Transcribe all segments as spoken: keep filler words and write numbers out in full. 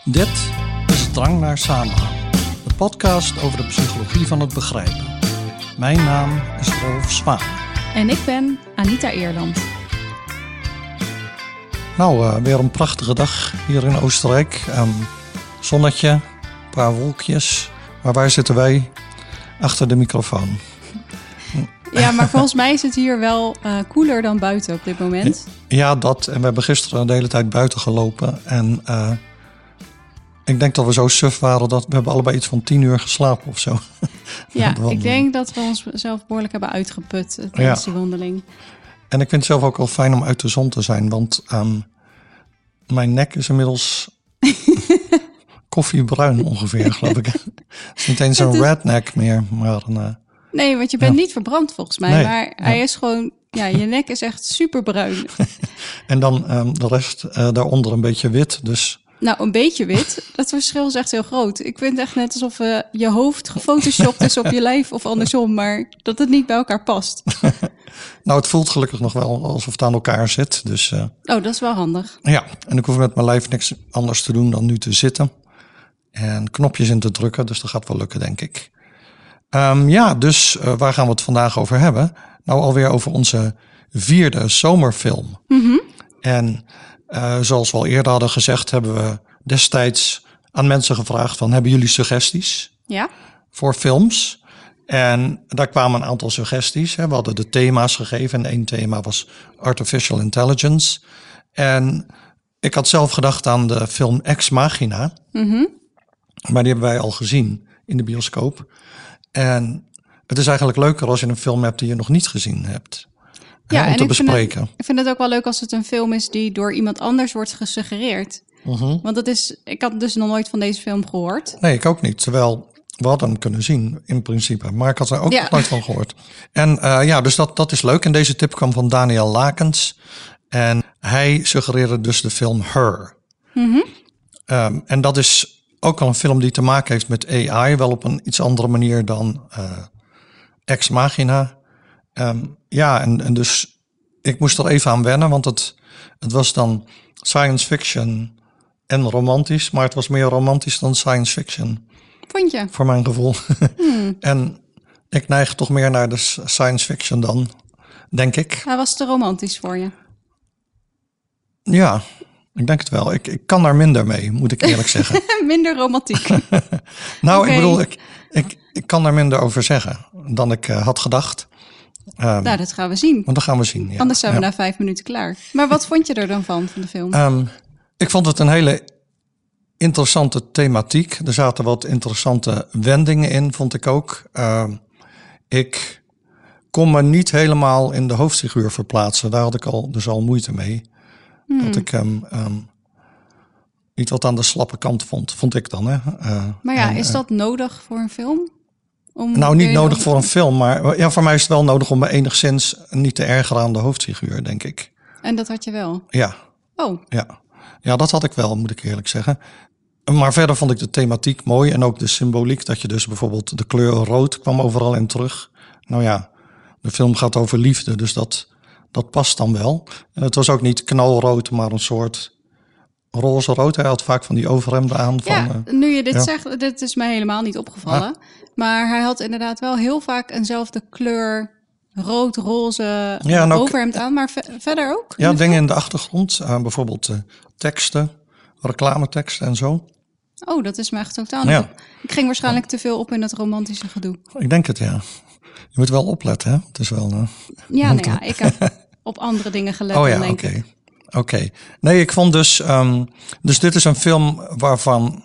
Dit is Drang naar Samenhang, de podcast over de psychologie van het begrijpen. Mijn naam is Rolf Zwaan. En ik ben Anita Eerland. Nou, uh, weer een prachtige dag hier in Oostenrijk. Um, zonnetje, een paar wolkjes. Maar waar zitten wij? Achter de microfoon. Ja, maar volgens mij is het hier wel uh, koeler dan buiten op dit moment. Ja, dat. En we hebben gisteren de hele tijd buiten gelopen. En uh, ik denk dat we zo suf waren dat we hebben allebei iets van tien uur geslapen of zo. Ja, ik denk dat we onszelf behoorlijk hebben uitgeput tijdens ja. die wandeling. En ik vind het zelf ook wel fijn om uit de zon te zijn. Want um, mijn nek is inmiddels koffiebruin ongeveer, geloof ik. Het is niet eens een is... redneck meer, maar een... Uh, Nee, want je bent ja. niet verbrand volgens mij. Nee, maar ja. hij is gewoon... Ja, je nek is echt superbruin. En dan um, de rest uh, daaronder een beetje wit, dus... Nou, een beetje wit. Dat verschil is echt heel groot. Ik vind het echt net alsof uh, je hoofd gefotoshopt is op je lijf of andersom. Maar dat het niet bij elkaar past. Nou, het voelt gelukkig nog wel alsof het aan elkaar zit. Dus, uh, oh, dat is wel handig. Ja, en ik hoef met mijn lijf niks anders te doen dan nu te zitten. En knopjes in te drukken, dus dat gaat wel lukken, denk ik. Um, ja, dus uh, waar gaan we het vandaag over hebben? Nou, alweer over onze vierde zomerfilm. Mm-hmm. En uh, zoals we al eerder hadden gezegd, hebben we destijds aan mensen gevraagd van, hebben jullie suggesties ja? voor films? En daar kwamen een aantal suggesties. Hè. We hadden de thema's gegeven en één thema was Artificial Intelligence. En ik had zelf gedacht aan de film Ex Machina. Mm-hmm. Maar die hebben wij al gezien in de bioscoop. En het is eigenlijk leuker als je een film hebt die je nog niet gezien hebt. Ja, hè, om en te ik bespreken. Vind het, ik vind het ook wel leuk als het een film is die door iemand anders wordt gesuggereerd. Uh-huh. Want dat is, ik had dus nog nooit van deze film gehoord. Nee, ik ook niet. Terwijl we hadden hem kunnen zien in principe. Maar ik had er ook ja. nog nooit van gehoord. En uh, ja, dus dat, dat is leuk. En deze tip kwam van Daniel Lakens. En hij suggereerde dus de film Her. Mm-hmm. Um, en dat is ook al een film die te maken heeft met A I. Wel op een iets andere manier dan uh, Ex Machina. Um, ja, en, en dus ik moest er even aan wennen. Want het, het was dan science fiction en romantisch. Maar het was meer romantisch dan science fiction. Vond je? Voor mijn gevoel. Hmm. En ik neig toch meer naar de science fiction dan, denk ik. Hij was te romantisch voor je. Ja, ik denk het wel. Ik, ik kan daar minder mee, moet ik eerlijk zeggen. Minder romantiek. nou, okay. ik bedoel, ik, ik, ik kan daar minder over zeggen dan ik uh, had gedacht. Um, nou, dat gaan we zien. Want dat gaan we zien, ja. Anders zijn we ja. na vijf minuten klaar. Maar wat vond je er dan van, van de film? Um, ik vond het een hele interessante thematiek. Er zaten wat interessante wendingen in, vond ik ook. Uh, ik kon me niet helemaal in de hoofdfiguur verplaatsen. Daar had ik al, dus al moeite mee. Hmm. Dat ik hem um, um, niet wat aan de slappe kant vond, vond ik dan. Hè? Uh, maar ja, en, is dat uh, nodig voor een film? Om nou, niet nodig voor een film, maar ja, voor mij is het wel nodig om me enigszins niet te ergeren aan de hoofdfiguur, denk ik. En dat had je wel? Ja. Oh. Ja. Ja, dat had ik wel, moet ik eerlijk zeggen. Maar verder vond ik de thematiek mooi en ook de symboliek dat je dus bijvoorbeeld de kleur rood kwam overal in terug. Nou ja, de film gaat over liefde, dus dat, dat past dan wel. En het was ook niet knalrood, maar een soort roze rood. Hij had vaak van die overhemden aan. Van, ja, uh, nu je dit ja. zegt, dit is mij helemaal niet opgevallen. Ah. Maar hij had inderdaad wel heel vaak eenzelfde kleur rood, roze ja, ook, overhemd aan. Maar ve- verder ook? Ja, dingen in de achtergrond. Uh, bijvoorbeeld uh, teksten, reclameteksten en zo. Oh, dat is me echt totaal niet. Ja. Ik ging waarschijnlijk te veel op in dat romantische gedoe. Ik denk het, ja. Je moet wel opletten, hè? Het is wel... Uh, ja, nou ja, ik heb op andere dingen gelet, oh, ja, denk okay. ik. Oké. Okay. Nee, ik vond dus... Um, dus dit is een film waarvan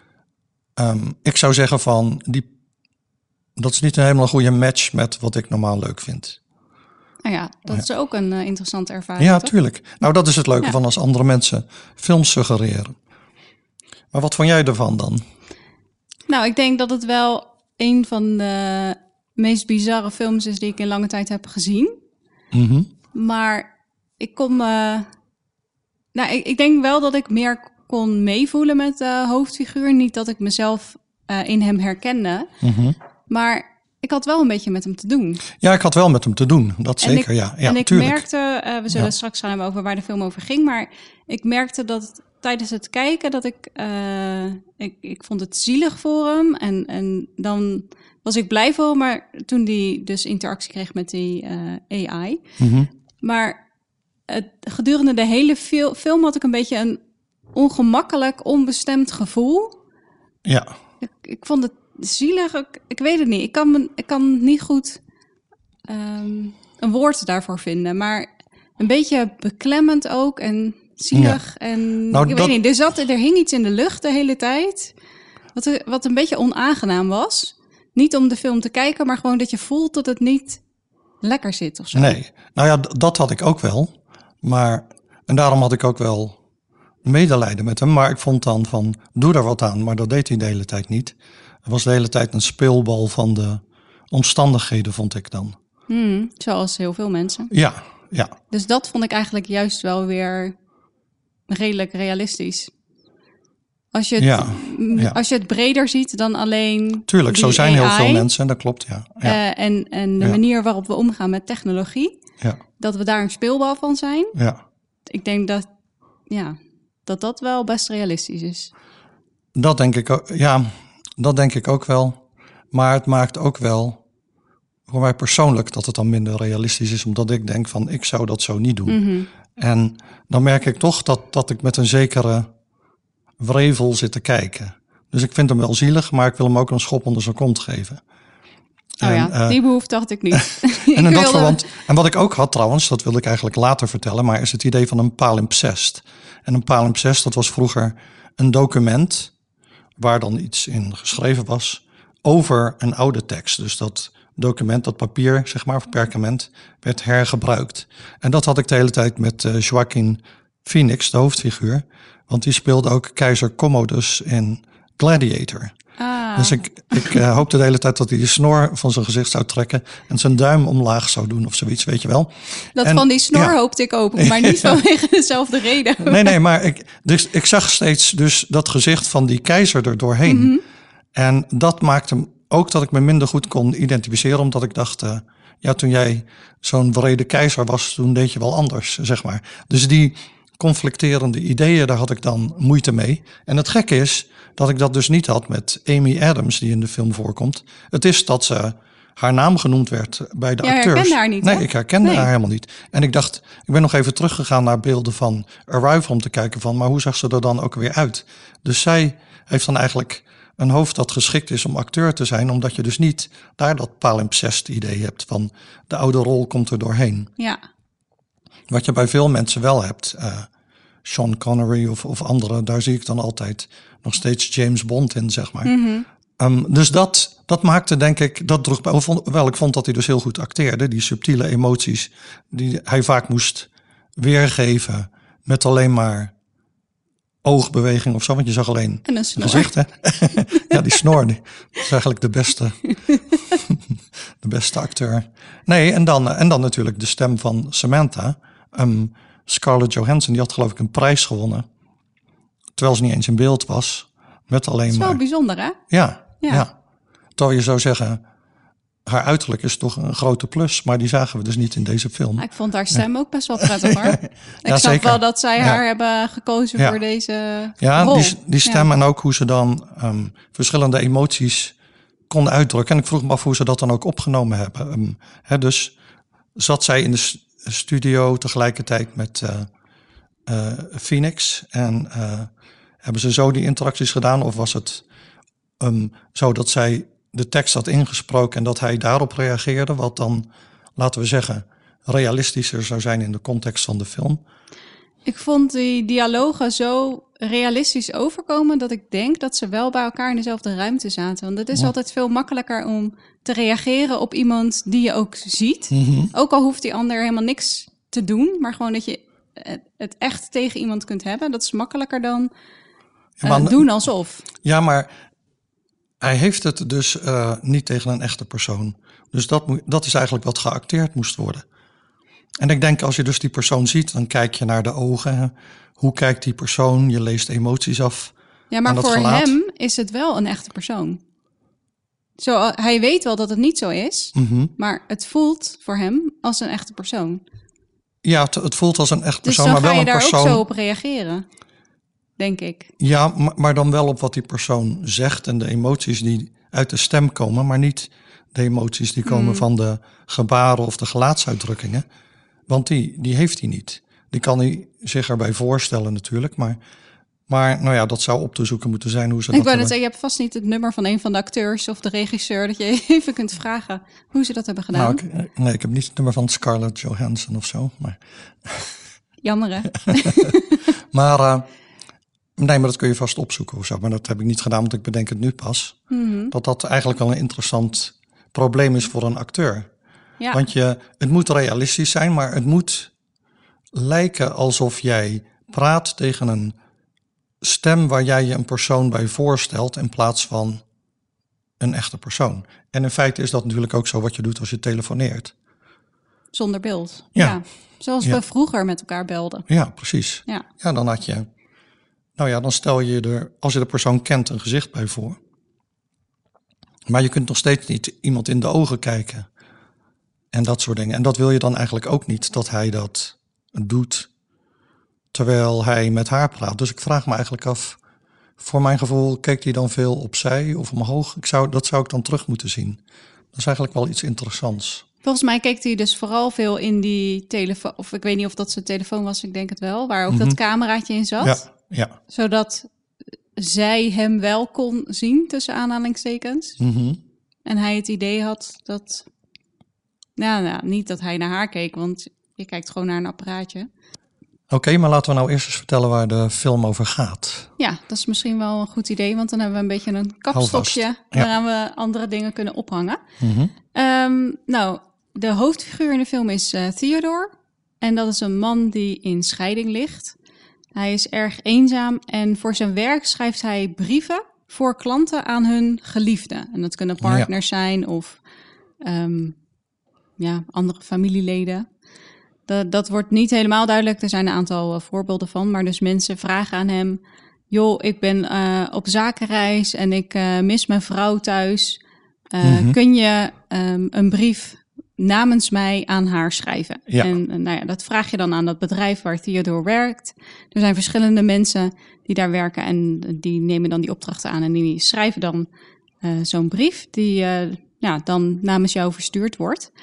um, ik zou zeggen van... die dat is niet een helemaal goede match met wat ik normaal leuk vind. Nou ja, dat ja. is ook een uh, interessante ervaring. Ja, toch? tuurlijk. Nou, dat is het leuke ja. van als andere mensen films suggereren. Maar wat vond jij ervan dan? Nou, ik denk dat het wel een van de meest bizarre films is die ik in lange tijd heb gezien. Mm-hmm. Maar ik kon me... Nou, ik, ik denk wel dat ik meer kon meevoelen met de hoofdfiguur. Niet dat ik mezelf uh, in hem herkende. Mm-hmm. Maar ik had wel een beetje met hem te doen. Ja, ik had wel met hem te doen. Dat en zeker, ik, ja. ja. En ik tuurlijk. merkte, uh, we zullen ja. straks gaan hebben over waar de film over ging. Maar ik merkte dat tijdens het kijken dat ik, uh, ik... Ik vond het zielig voor hem. En, en dan was ik blij voor hem. Maar toen die dus interactie kreeg met die uh, A I. Mm-hmm. Maar het, gedurende de hele fil- film had ik een beetje een ongemakkelijk, onbestemd gevoel. Ja. Ik, ik vond het zielig. Ik, ik weet het niet. Ik kan, me, ik kan niet goed um, een woord daarvoor vinden. Maar een beetje beklemmend ook en zielig. Ja. En nou, ik dat... weet niet, er, zat, er hing iets in de lucht de hele tijd. Wat, wat een beetje onaangenaam was. Niet om de film te kijken, maar gewoon dat je voelt dat het niet lekker zit of zo. Nee, nou ja, d- dat had ik ook wel. Maar, en daarom had ik ook wel medelijden met hem. Maar ik vond dan van, doe er wat aan. Maar dat deed hij de hele tijd niet. Het was de hele tijd een speelbal van de omstandigheden, vond ik dan. Hmm, zoals heel veel mensen. Ja, ja. Dus dat vond ik eigenlijk juist wel weer redelijk realistisch. Als je het, ja, ja. Als je het breder ziet dan alleen. Tuurlijk, zo zijn A I, heel veel mensen, dat klopt, ja. ja. Uh, en, en de ja. manier waarop we omgaan met technologie. Ja. Dat we daar een speelbal van zijn. Ja. Ik denk dat, ja, dat dat wel best realistisch is. Dat denk ik ook, ja, dat denk ik ook wel. Maar het maakt ook wel, voor mij persoonlijk, dat het dan minder realistisch is. Omdat ik denk van, ik zou dat zo niet doen. Mm-hmm. En dan merk ik toch dat, dat ik met een zekere wrevel zit te kijken. Dus ik vind hem wel zielig, maar ik wil hem ook een schop onder zijn kont geven. Oh en, ja, uh, die behoefte had ik niet. ik en, in dat verband, en wat ik ook had trouwens, dat wilde ik eigenlijk later vertellen, maar is het idee van een palimpsest. En een palimpsest, dat was vroeger een document waar dan iets in geschreven was over een oude tekst. Dus dat document, dat papier, zeg maar, of perkament, werd hergebruikt. En dat had ik de hele tijd met uh, Joaquin Phoenix, de hoofdfiguur. Want die speelde ook keizer Commodus in Gladiator. Ah. Dus ik, ik uh, hoopte de hele tijd dat hij de snor van zijn gezicht zou trekken en zijn duim omlaag zou doen of zoiets, weet je wel. Dat en, van die snor ja. hoopte ik ook, maar niet ja. vanwege dezelfde reden. Nee, nee, maar ik, dus, ik zag steeds dus dat gezicht van die keizer er doorheen. Mm-hmm. En dat maakte ook dat ik me minder goed kon identificeren, omdat ik dacht, uh, ja, toen jij zo'n wrede keizer was, toen deed je wel anders, zeg maar. Dus die conflicterende ideeën, daar had ik dan moeite mee. En het gekke is dat ik dat dus niet had met Amy Adams, die in de film voorkomt. Het is dat ze haar naam genoemd werd bij de ja, acteurs. herkende haar niet, nee, hè? ik herkende nee. haar helemaal niet. En ik dacht, ik ben nog even teruggegaan naar beelden van Arrival om te kijken van, maar hoe zag ze er dan ook weer uit? Dus zij heeft dan eigenlijk een hoofd dat geschikt is om acteur te zijn, omdat je dus niet daar dat palimpsest idee hebt van de oude rol komt er doorheen. Ja. Wat je bij veel mensen wel hebt, uh, Sean Connery of, of anderen, daar zie ik dan altijd nog steeds James Bond in, zeg maar. Mm-hmm. Um, dus dat, dat maakte, denk ik, dat droeg bij. Wel, ik vond dat hij dus heel goed acteerde, die subtiele emoties die hij vaak moest weergeven met alleen maar oogbeweging of zo, want je zag alleen en een snor. Gezicht, hè? Ja, die snor, die is eigenlijk de beste, de beste acteur. Nee, en dan, en dan natuurlijk de stem van Samantha. Um, Scarlett Johansson, die had geloof ik een prijs gewonnen, terwijl ze niet eens in beeld was. Met alleen dat is wel maar... bijzonder, hè? Ja, ja, ja. Terwijl je zou zeggen, haar uiterlijk is toch een grote plus, maar die zagen we dus niet in deze film. Ik vond haar stem ja. ook best wel prettig, hoor. Ik ja, snap zeker. wel dat zij ja. haar hebben gekozen ja. voor deze ja, rol. Die, die stem ja. en ook hoe ze dan um, verschillende emoties kon uitdrukken. En ik vroeg me af hoe ze dat dan ook opgenomen hebben. Um, hè, dus zat zij in de studio tegelijkertijd met uh, uh, Phoenix en uh, hebben ze zo die interacties gedaan? Of was het um, zo dat zij de tekst had ingesproken en dat hij daarop reageerde? Wat dan, laten we zeggen, realistischer zou zijn in de context van de film. Ik vond die dialogen zo realistisch overkomen dat ik denk dat ze wel bij elkaar in dezelfde ruimte zaten. Want het is ja. altijd veel makkelijker om te reageren op iemand die je ook ziet. Mm-hmm. Ook al hoeft die ander helemaal niks te doen, maar gewoon dat je het echt tegen iemand kunt hebben. Dat is makkelijker dan ja, maar, uh, doen alsof. Ja, maar hij heeft het dus uh, niet tegen een echte persoon. Dus dat, moet, dat is eigenlijk wat geacteerd moest worden. En ik denk, als je dus die persoon ziet, dan kijk je naar de ogen. Hoe kijkt die persoon? Je leest emoties af. Ja, maar voor gelaat. hem is het wel een echte persoon. Zo, hij weet wel dat het niet zo is, mm-hmm. maar het voelt voor hem als een echte persoon. Ja, het, het voelt als een echte dus persoon, maar wel een persoon. Dus dan ga je daar ook zo op reageren. denk ik. Ja, maar, maar dan wel op wat die persoon zegt en de emoties die uit de stem komen, maar niet de emoties die komen Hmm. van de gebaren of de gelaatsuitdrukkingen. Want die, die heeft hij niet. Die kan hij zich erbij voorstellen natuurlijk, maar, maar nou ja, dat zou op te zoeken moeten zijn hoe ze Ik dat wou net hebben. zeggen, je hebt vast niet het nummer van een van de acteurs of de regisseur, dat je even kunt vragen hoe ze dat hebben gedaan. Nou, ik, nee, ik heb niet het nummer van Scarlett Johansson of zo. Maar, Jammer hè? maar uh, nee, maar dat kun je vast opzoeken of zo. Maar dat heb ik niet gedaan, want ik bedenk het nu pas. Mm-hmm. Dat dat eigenlijk wel een interessant probleem is voor een acteur. Ja. Want je, het moet realistisch zijn, maar het moet lijken alsof jij praat tegen een stem waar jij je een persoon bij voorstelt in plaats van een echte persoon. En in feite is dat natuurlijk ook zo wat je doet als je telefoneert. Zonder beeld. Ja. Ja. Zoals Ja. we vroeger met elkaar belden. Ja, precies. Ja. Ja, dan had je, nou ja, dan stel je er, als je de persoon kent, een gezicht bij voor. Maar je kunt nog steeds niet iemand in de ogen kijken. En dat soort dingen. En dat wil je dan eigenlijk ook niet, dat hij dat doet terwijl hij met haar praat. Dus ik vraag me eigenlijk af, voor mijn gevoel keek hij dan veel opzij of omhoog. Ik zou, dat zou ik dan terug moeten zien. Dat is eigenlijk wel iets interessants. Volgens mij keek hij dus vooral veel in die telefoon. Of ik weet niet of dat zijn telefoon was, ik denk het wel. Waar ook Mhm. dat cameraatje in zat. Ja, ja. Zodat zij hem wel kon zien, tussen aanhalingstekens. Mhm. En hij het idee had dat... Nou, nou, niet dat hij naar haar keek, want je kijkt gewoon naar een apparaatje. Oké, maar laten we nou eerst eens vertellen waar de film over gaat. Ja, dat is misschien wel een goed idee, want dan hebben we een beetje een kapstokje Ja. waaraan we andere dingen kunnen ophangen. Mhm. Um, nou, de hoofdfiguur in de film is uh, Theodore. En dat is een man die in scheiding ligt. Hij is erg eenzaam en voor zijn werk schrijft hij brieven voor klanten aan hun geliefden. En dat kunnen partners ja. zijn of um, ja, andere familieleden. Dat, dat wordt niet helemaal duidelijk. Er zijn een aantal uh, voorbeelden van. Maar dus mensen vragen aan hem... joh, ik ben uh, op zakenreis en ik uh, mis mijn vrouw thuis. Uh, mm-hmm. Kun je um, een brief namens mij aan haar schrijven? Ja. En uh, nou ja, dat vraag je dan aan dat bedrijf waar Theodore werkt. Er zijn verschillende mensen die daar werken... en die nemen dan die opdrachten aan... en die schrijven dan uh, zo'n brief... die uh, ja, dan namens jou verstuurd wordt...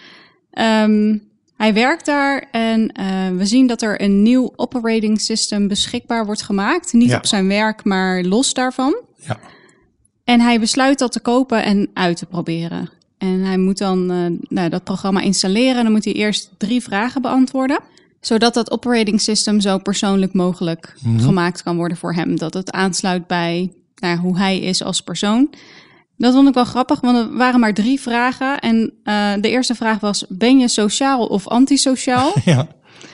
Um, Hij werkt daar en uh, we zien dat er een nieuw operating system beschikbaar wordt gemaakt. Niet ja. op zijn werk, maar los daarvan. Ja. En hij besluit dat te kopen en uit te proberen. En hij moet dan uh, nou, dat programma installeren. En dan moet hij eerst drie vragen beantwoorden. Zodat dat operating system zo persoonlijk mogelijk mm-hmm. gemaakt kan worden voor hem. Dat het aansluit bij nou, hoe hij is als persoon. Dat vond ik wel grappig, want er waren maar drie vragen. En uh, de eerste vraag was, ben je sociaal of antisociaal? Ja.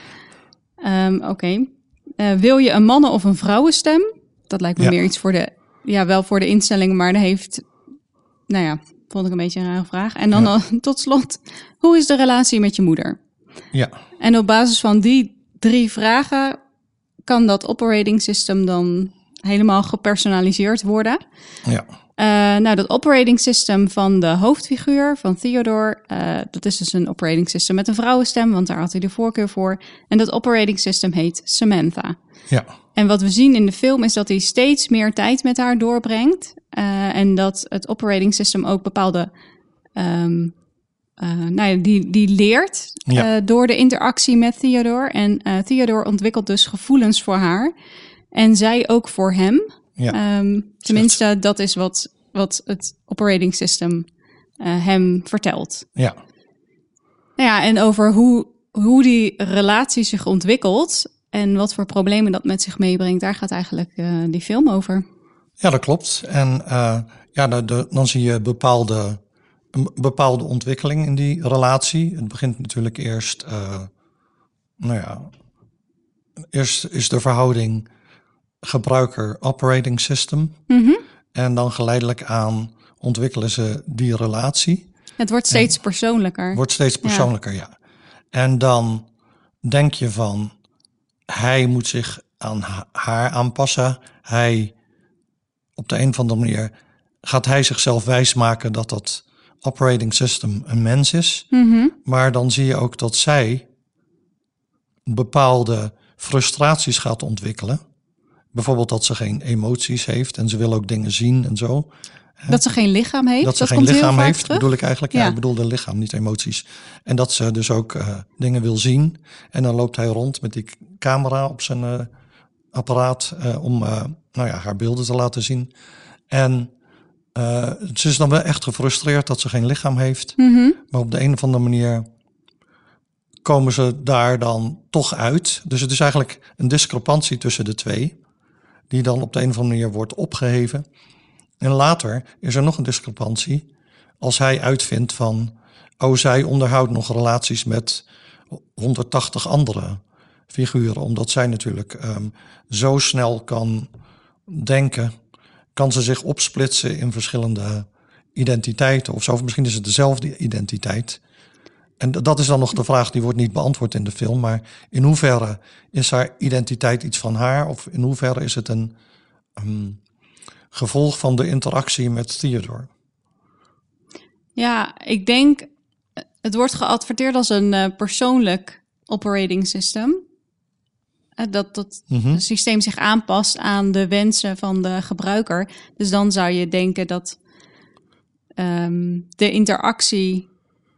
Um, Oké. Okay. Uh, wil je een mannen- of een vrouwenstem? Dat lijkt me ja. meer iets voor de... Ja, wel voor de instelling, maar dat heeft... Nou ja, vond ik een beetje een rare vraag. En dan ja. al, tot slot, hoe is de relatie met je moeder? Ja. En op basis van die drie vragen... kan dat operating system dan helemaal gepersonaliseerd worden. Ja. Uh, nou, dat operating system van de hoofdfiguur, van Theodore... Uh, dat is dus een operating system met een vrouwenstem... want daar had hij de voorkeur voor. En dat operating system heet Samantha. Ja. En wat we zien in de film is dat hij steeds meer tijd met haar doorbrengt. Uh, en dat het operating system ook bepaalde... Um, uh, nou ja, die, die leert ja. uh, door de interactie met Theodore. En uh, Theodore ontwikkelt dus gevoelens voor haar. En zij ook voor hem... Ja. Um, tenminste, dat is wat, wat het operating system uh, hem vertelt. Ja. Nou ja, en over hoe, hoe die relatie zich ontwikkelt en wat voor problemen dat met zich meebrengt, daar gaat eigenlijk uh, die film over. Ja, dat klopt. En uh, ja, de, de, dan zie je bepaalde, een bepaalde ontwikkeling in die relatie. Het begint natuurlijk eerst, uh, nou ja, eerst is de verhouding gebruiker operating system. Mm-hmm. En dan geleidelijk aan ontwikkelen ze die relatie. Het wordt steeds en persoonlijker. Wordt steeds persoonlijker, ja. ja. En dan denk je van, hij moet zich aan ha- haar aanpassen. Hij, op de een of andere manier, gaat hij zichzelf wijsmaken dat dat operating system een mens is. Mm-hmm. Maar dan zie je ook dat zij bepaalde frustraties gaat ontwikkelen bijvoorbeeld dat ze geen emoties heeft en ze wil ook dingen zien en zo. Dat ze geen lichaam heeft? Dat ze dat geen komt heel lichaam vaak heeft, terug? bedoel ik eigenlijk. Ja, Ja. ik bedoelde lichaam, niet emoties. En dat ze dus ook uh, dingen wil zien. En dan loopt hij rond met die camera op zijn uh, apparaat uh, om uh, nou ja, haar beelden te laten zien. En uh, ze is dan wel echt gefrustreerd dat ze geen lichaam heeft. Mm-hmm. Maar op de een of andere manier komen ze daar dan toch uit. Dus het is eigenlijk een discrepantie tussen de twee, die dan op de een of andere manier wordt opgeheven. En later is er nog een discrepantie als hij uitvindt van, oh, zij onderhoudt nog relaties met honderdtachtig andere figuren. Omdat zij natuurlijk um, zo snel kan denken, kan ze zich opsplitsen in verschillende identiteiten of zo. Of misschien is het dezelfde identiteit. En dat is dan nog de vraag, die wordt niet beantwoord in de film. Maar in hoeverre is haar identiteit iets van haar? Of in hoeverre is het een um, gevolg van de interactie met Theodore? Ja, ik denk, het wordt geadverteerd als een uh, persoonlijk operating system. Uh, dat dat mm-hmm. het systeem zich aanpast aan de wensen van de gebruiker. Dus dan zou je denken dat um, de interactie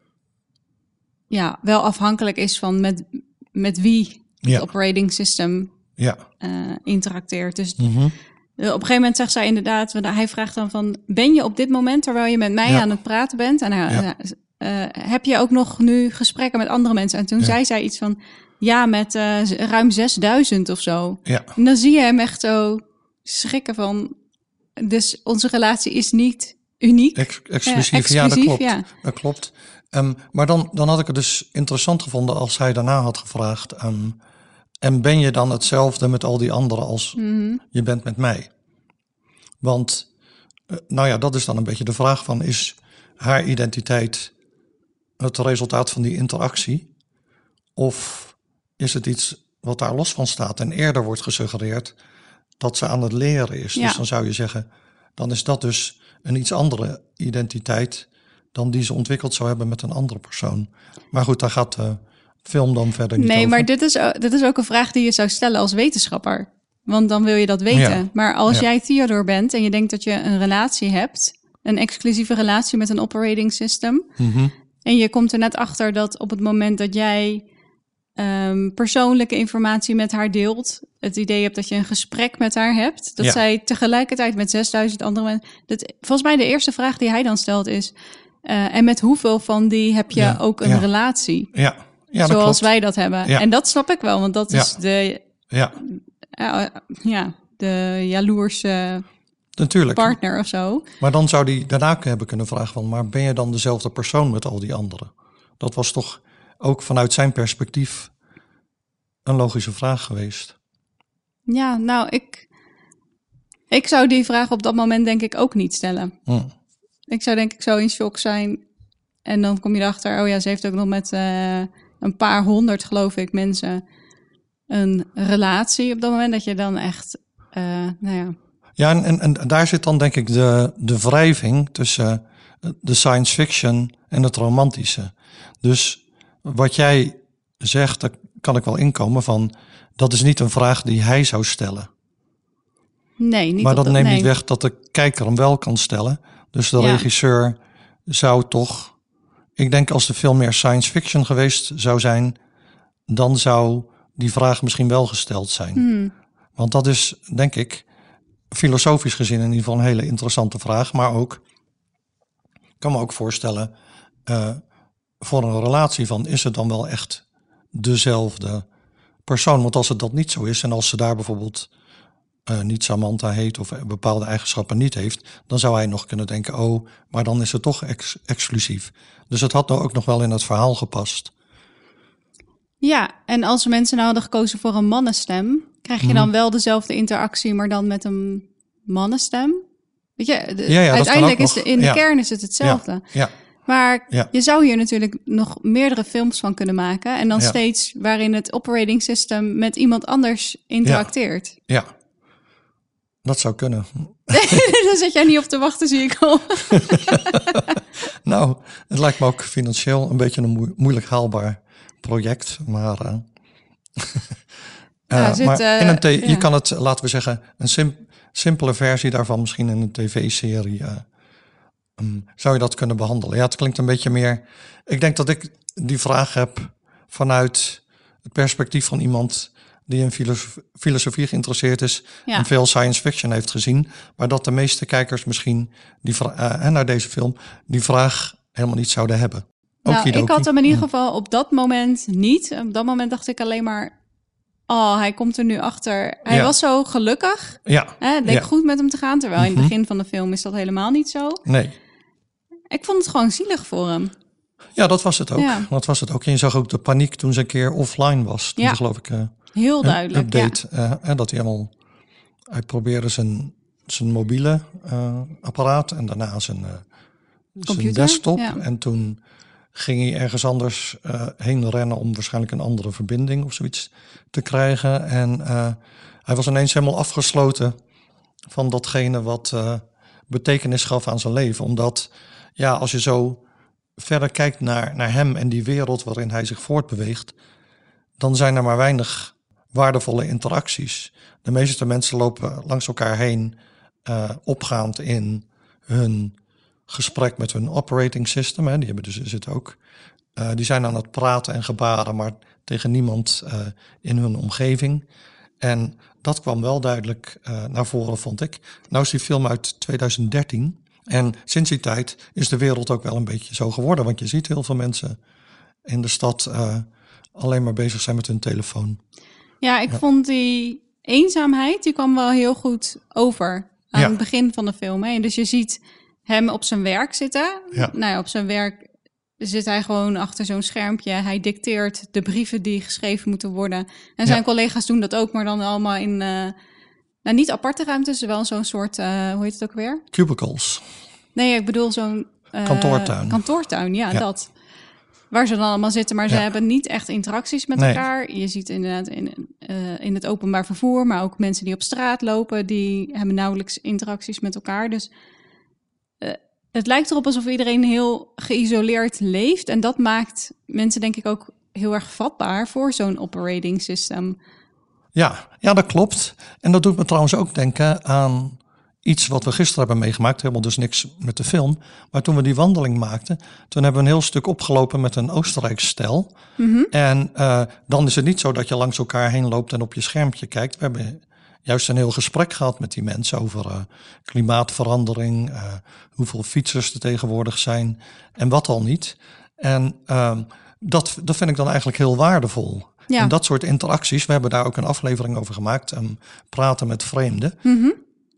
ja, wel afhankelijk is van met, met wie ja. het operating system ja. uh, interacteert. Dus mm-hmm. op een gegeven moment zegt zij inderdaad, hij vraagt dan van, ben je op dit moment, terwijl je met mij ja. aan het praten bent, en hij, ja. uh, heb je ook nog nu gesprekken met andere mensen? En toen ja. zei zij iets van, ja, met uh, ruim zesduizend of zo. Ja. En dan zie je hem echt zo schrikken van, dus onze relatie is niet uniek. Ex- exclusief, uh, exclusief, ja, dat klopt. Ja. Dat klopt. Um, maar dan, dan had ik het dus interessant gevonden als hij daarna had gevraagd, um, en ben je dan hetzelfde met al die anderen als mm-hmm. je bent met mij? Want, uh, nou ja, dat is dan een beetje de vraag van, is haar identiteit het resultaat van die interactie? Of is het iets wat daar los van staat? En eerder wordt gesuggereerd dat ze aan het leren is. Ja. Dus dan zou je zeggen, dan is dat dus een iets andere identiteit dan die ze ontwikkeld zou hebben met een andere persoon. Maar goed, daar gaat de film dan verder niet nee, over. Nee, maar dit is, dit is ook een vraag die je zou stellen als wetenschapper. Want dan wil je dat weten. Ja. Maar als ja. jij Theodore bent en je denkt dat je een relatie hebt, een exclusieve relatie met een operating system, mm-hmm. en je komt er net achter dat op het moment dat jij um, persoonlijke informatie met haar deelt, het idee hebt dat je een gesprek met haar hebt, dat ja. zij tegelijkertijd met zesduizend andere mensen, dat, volgens mij de eerste vraag die hij dan stelt is, Uh, en met hoeveel van die heb je ja, ook een ja. relatie? Ja, ja dat zoals klopt. wij dat hebben. Ja. En dat snap ik wel, want dat ja. is de, ja. Uh, ja, de jaloerse Natuurlijk. partner of zo. Maar dan zou die daarna hebben kunnen vragen van, maar ben je dan dezelfde persoon met al die anderen? Dat was toch ook vanuit zijn perspectief een logische vraag geweest. Ja, nou, ik, ik zou die vraag op dat moment denk ik ook niet stellen. Hmm. Ik zou denk ik zo in shock zijn. En dan kom je erachter, oh ja, ze heeft ook nog met uh, een paar honderd, geloof ik, mensen een relatie op dat moment. Dat je dan echt, uh, nou ja. Ja, en, en, en daar zit dan denk ik de, de wrijving tussen de science fiction en het romantische. Dus wat jij zegt, daar kan ik wel inkomen van, dat is niet een vraag die hij zou stellen. Nee, niet maar dat dat, neemt nee. niet weg dat de kijker hem wel kan stellen. Dus de ja. regisseur zou toch, ik denk als de film meer science fiction geweest zou zijn, dan zou die vraag misschien wel gesteld zijn. Hmm. Want dat is, denk ik, filosofisch gezien in ieder geval een hele interessante vraag. Maar ook, ik kan me ook voorstellen, uh, voor een relatie van, is het dan wel echt dezelfde persoon? Want als het dat niet zo is en als ze daar bijvoorbeeld Uh, niet Samantha heet of bepaalde eigenschappen niet heeft, dan zou hij nog kunnen denken, oh, maar dan is het toch ex- exclusief. Dus het had nou ook nog wel in het verhaal gepast. Ja, en als mensen nou hadden gekozen voor een mannenstem, krijg je hmm. dan wel dezelfde interactie, maar dan met een mannenstem? Weet je, de, ja, ja, uiteindelijk is de, in de ja. kern is het hetzelfde. Ja, ja. Maar ja. je zou hier natuurlijk nog meerdere films van kunnen maken en dan ja. steeds waarin het operating system met iemand anders interacteert. Ja. ja. Dat zou kunnen. Daar zit jij niet op te wachten, zie ik al. Nou, het lijkt me ook financieel een beetje een mo- moeilijk haalbaar project. Maar uh, Ja, Uh, zit, maar uh, in een te- ja. je kan het, laten we zeggen, een sim- simpele versie daarvan misschien in een tv-serie. Uh, um, zou je dat kunnen behandelen? Ja, het klinkt een beetje meer... Ik denk dat ik die vraag heb vanuit het perspectief van iemand die in filosof- filosofie geïnteresseerd is Ja. en veel science fiction heeft gezien. Maar dat de meeste kijkers misschien die vra- uh, naar deze film die vraag helemaal niet zouden hebben. Nou, Okidoki. ik had hem in ieder geval op dat moment niet. Op dat moment dacht ik alleen maar... Oh, hij komt er nu achter. Hij Ja. was zo gelukkig. Ja. Hè, het leek Ja. goed met hem te gaan. Terwijl in het Mhm. begin van de film is dat helemaal niet zo. Nee. Ik vond het gewoon zielig voor hem. Ja, dat was het ook. Ja. Dat was het ook. En je zag ook de paniek toen ze een keer offline was. Toen Ja. ze, geloof ik, uh, Heel een duidelijk, update. Uh, uh, dat hij helemaal... Hij probeerde zijn, zijn mobiele uh, apparaat en daarna zijn, uh, zijn Computer, desktop. ja. En toen ging hij ergens anders uh, heen rennen om waarschijnlijk een andere verbinding of zoiets te krijgen. En uh, hij was ineens helemaal afgesloten van datgene wat uh, betekenis gaf aan zijn leven. Omdat, ja, als je zo verder kijkt naar, naar hem en die wereld waarin hij zich voortbeweegt, dan zijn er maar weinig waardevolle interacties. De meeste mensen lopen langs elkaar heen, uh, opgaand in hun gesprek met hun operating system. Hè. Die hebben dus zitten ook. Uh, die zijn aan het praten en gebaren, maar tegen niemand uh, in hun omgeving. En dat kwam wel duidelijk uh, naar voren, vond ik. Nou is die film uit twintig dertien. En sinds die tijd is de wereld ook wel een beetje zo geworden. Want je ziet heel veel mensen in de stad uh, alleen maar bezig zijn met hun telefoon. Ja, ik Ja. vond die eenzaamheid, die kwam wel heel goed over aan Ja. het begin van de film. Hè? Dus je ziet hem op zijn werk zitten. Ja. Nou ja, op zijn werk zit hij gewoon achter zo'n schermpje. Hij dicteert de brieven die geschreven moeten worden. En zijn Ja. collega's doen dat ook, maar dan allemaal in... Uh, nou, niet aparte ruimtes, wel zo'n soort... Uh, hoe heet het ook weer? Cubicles. Nee, ik bedoel zo'n... Uh, Kantoortuin. Kantoortuin, ja, Ja. dat. Waar ze dan allemaal zitten, maar ze Ja. hebben niet echt interacties met Nee. elkaar. Je ziet inderdaad in, uh, in het openbaar vervoer, maar ook mensen die op straat lopen, die hebben nauwelijks interacties met elkaar. Dus uh, het lijkt erop alsof iedereen heel geïsoleerd leeft. En dat maakt mensen denk ik ook heel erg vatbaar voor zo'n operating system. Ja, ja, dat klopt. En dat doet me trouwens ook denken aan iets wat we gisteren hebben meegemaakt. Helemaal dus niks met de film. Maar toen we die wandeling maakten, toen hebben we een heel stuk opgelopen met een Oostenrijks stel. Mm-hmm. En uh, dan is het niet zo dat je langs elkaar heen loopt en op je schermpje kijkt. We hebben juist een heel gesprek gehad met die mensen over uh, klimaatverandering, uh, hoeveel fietsers er tegenwoordig zijn en wat al niet. En uh, dat, dat vind ik dan eigenlijk heel waardevol. Ja. En dat soort interacties, we hebben daar ook een aflevering over gemaakt, um, praten met vreemden. Mm-hmm.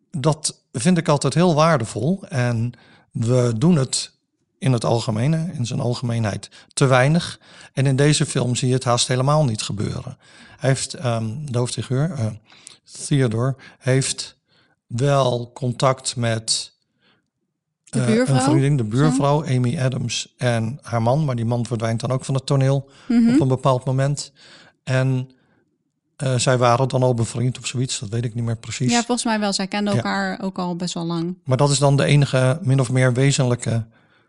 Dat vind ik altijd heel waardevol. En we doen het in het algemene, in zijn algemeenheid, te weinig. En in deze film zie je het haast helemaal niet gebeuren. Hij heeft, um, de hoofdfiguur, uh, Theodore, heeft wel contact met De uh, buurvrouw? een vriendin, de buurvrouw, Zo. Amy Adams en haar man. Maar die man verdwijnt dan ook van het toneel Mm-hmm. op een bepaald moment. En uh, zij waren dan al bevriend of zoiets, dat weet ik niet meer precies. Ja, volgens mij wel. Zij kenden Ja. elkaar ook al best wel lang. Maar dat is dan de enige min of meer wezenlijke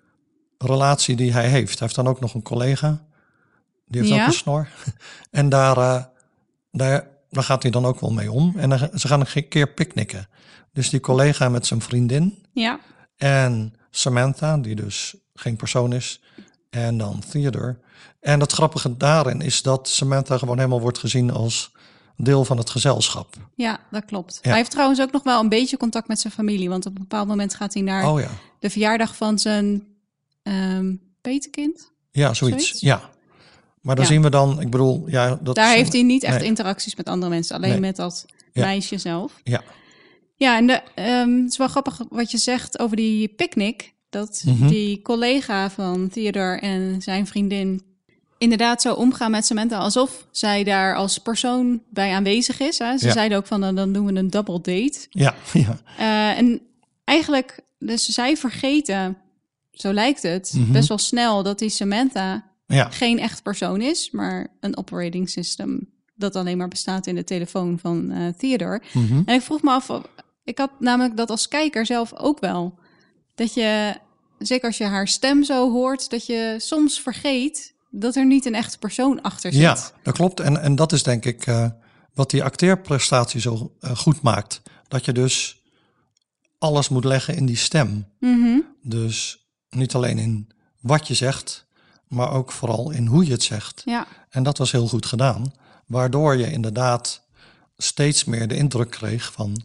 relatie die hij heeft. Hij heeft dan ook nog een collega. Die heeft Ja? ook een snor. En daar, uh, daar, daar gaat hij dan ook wel mee om. En dan, ze gaan een keer picknicken. Dus die collega met zijn vriendin. Ja. En Samantha, die dus geen persoon is. En dan Theodore. En het grappige daarin is dat Samantha gewoon helemaal wordt gezien als deel van het gezelschap. Ja, dat klopt. Ja. Hij heeft trouwens ook nog wel een beetje contact met zijn familie. Want op een bepaald moment gaat hij naar Oh ja, de verjaardag van zijn um, petekind. ja zoiets. Zoiets? Ja. Maar dan Ja. zien we dan, ik bedoel, ja, dat Daar is, heeft hij niet echt nee. interacties met andere mensen. Alleen Nee. met dat Ja. meisje zelf. Ja. Ja, en de, um, het is wel grappig wat je zegt over die picknick. Dat Mhm. die collega van Theodore en zijn vriendin inderdaad zo omgaan met Samantha alsof zij daar als persoon bij aanwezig is. Hè? Ze Ja. zeiden ook van, dan, dan doen we een double date. Ja, ja. Uh, en eigenlijk, dus zij vergeten, zo lijkt het, Mhm. best wel snel dat die Samantha Ja, geen echt persoon is, maar een operating system dat alleen maar bestaat in de telefoon van uh, Theodore. mhm. En ik vroeg me af, ik had namelijk dat als kijker zelf ook wel. Dat je, zeker als je haar stem zo hoort, dat je soms vergeet dat er niet een echte persoon achter zit. Ja, dat klopt. En, en dat is denk ik uh, wat die acteerprestatie zo uh, goed maakt. Dat je dus alles moet leggen in die stem. Mm-hmm. Dus niet alleen in wat je zegt, maar ook vooral in hoe je het zegt. Ja. En dat was heel goed gedaan. Waardoor je inderdaad steeds meer de indruk kreeg van,